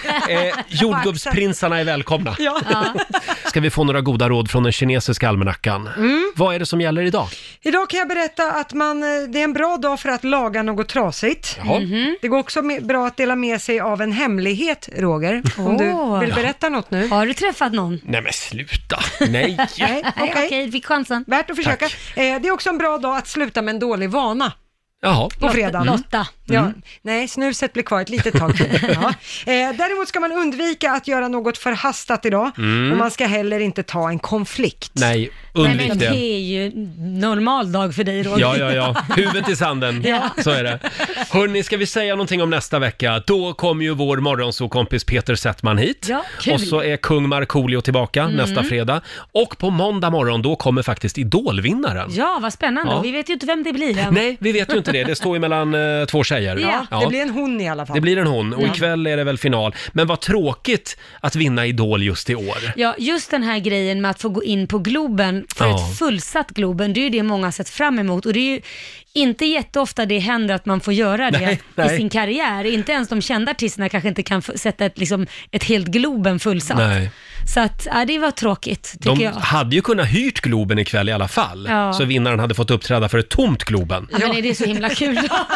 Jordgubbsprinsarna är välkomna. Ska vi få några goda råd från den kinesiska almanackan? Vad är det som gäller idag? Idag kan jag berätta att det är en bra dag för att laga något trasigt. Det går också bra att dela med sig av en hemlighet, Roger. Om du vill berätta något nu. Har du träffat någon? Nej, men sluta. Nej. Okej, fick chansen. Värt att försöka. Det är också en bra dag att sluta med en dålig vana. Jaha. På fredag. Lotta. Nej, snuset blir kvar ett litet tag till. Däremot ska man undvika att göra något förhastat idag. Och man ska heller inte ta en konflikt. Nej, undvik det. Det är ju normal dag för dig, Roger. Ja. Huvudet i sanden. Så är det. Hörrni, ska vi säga någonting om nästa vecka? Då kommer ju vår morgonsåkompis Peter Settman hit. Ja, kul. Och så är kung Markoolio tillbaka nästa fredag. Och på måndag morgon, då kommer faktiskt Idolvinnaren. Ja, vad spännande. Vi vet ju inte vem det blir än. Nej, vi vet ju inte det. Det står ju mellan 2 tjejer. Ja, det blir en hon i alla fall. Det blir en hon. Och ikväll är det väl final. Men vad tråkigt att vinna Idol just i år. Ja, just den här grejen med att få gå in på Globen för ett fullsatt Globen, det är ju det många har sett fram emot. Och det är ju inte jätteofta det händer att man får göra det i sin karriär. Inte ens de kända artisterna kanske inte kan sätta ett helt Globen fullsatt. Nej. Så att, det var tråkigt, tycker jag. De hade ju kunnat hyrt Globen ikväll i alla fall. Så vinnaren hade fått uppträda för ett tomt Globen. Ja, men är det så himla kul?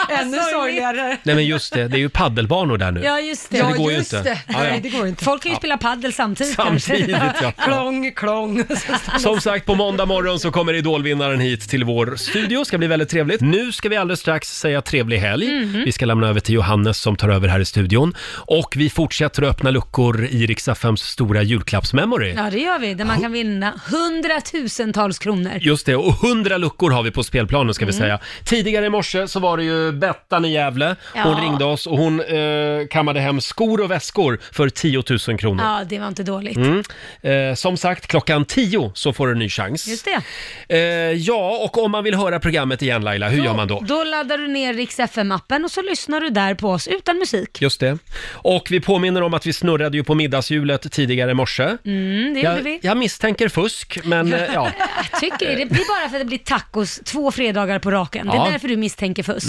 Ännu sorgligare. Nej men just det är ju paddelbanor där nu. Ja, just det. Så det går ju just inte. det. Ja, ja. Nej, det går inte. Folk kan ju spela paddel samtidigt Samtidigt, ja. Klång. Som sagt, på måndag morgon så kommer Idolvinnaren hit till vår studio. Ska bli väldigt trevligt. Nu ska vi alldeles strax säga trevlig helg. Vi ska lämna över till Johannes som tar över här i studion. Och vi fortsätter att öppna luckor i Rix FMs stora julklappsmemory. Ja, det gör vi. Där man kan vinna 100 000-tals kronor. Just det, och 100 luckor har vi på spelplanen ska vi säga. Tidigare i morse så var det ju Bettan i Gävle. Hon ringde oss och hon kammade hem skor och väskor för 10 000 kronor. Ja, det var inte dåligt. Som sagt, klockan 10 så får du en ny chans. Just det. Ja, och om man vill höra programmet igen Laila, hur gör man då? Då laddar du ner Rix FM-appen och så lyssnar du där på oss utan musik. Just det. Och vi påminner om att vi snurrade ju på middagshjulet tidigare i morse. Det gjorde vi. Jag misstänker fusk, men ja. Jag tycker det blir bara för att det blir tacos 2 fredagar på raken. Det är därför du misstänker fusk.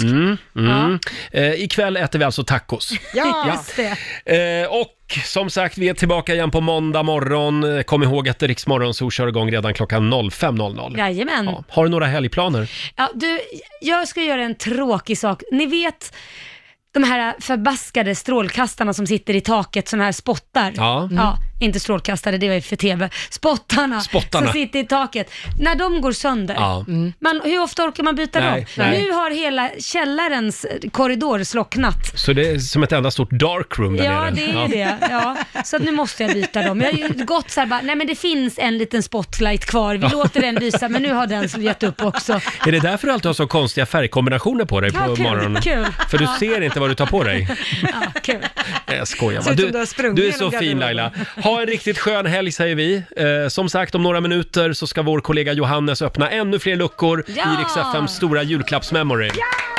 Ikväll äter vi alltså tacos. Ja, just det. Och som sagt, vi är tillbaka igen på måndag morgon. Kom ihåg att Rix Morgonzoo kör igång redan klockan 05.00. Jajamän. Ja. Har du några helgplaner? Ja, jag ska göra en tråkig sak. Ni vet de här förbaskade strålkastarna som sitter i taket, såna här spottar. Ja. Ja, inte strålkastare, det var ju för TV. Spottarna som sitter i taket. När de går sönder, hur ofta orkar man byta dem? Nej. Nu har hela källarens korridor slocknat. Så det är som ett enda stort darkroom där nere? Ja, det är det. Ja. Så att nu måste jag byta dem. Jag har ju gått så här bara, nej men det finns en liten spotlight kvar. Vi låter den lysa, men nu har den gett upp också. Är det därför du alltid har så konstiga färgkombinationer på dig på morgonen? Kul. För du ser inte vad du tar på dig. Ja, kul. Jag skojar bara. Du är så fin Laila. Ha en riktigt skön helg säger vi. Som sagt, om några minuter så ska vår kollega Johannes öppna ännu fler luckor i Rix FMs stora julklappsmemory.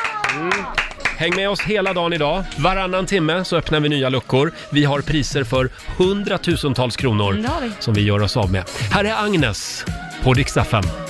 Häng med oss hela dagen idag. Varannan timme så öppnar vi nya luckor. Vi har priser för 100 000-tals kronor som vi gör oss av med. Här är Agnes på Rix FM.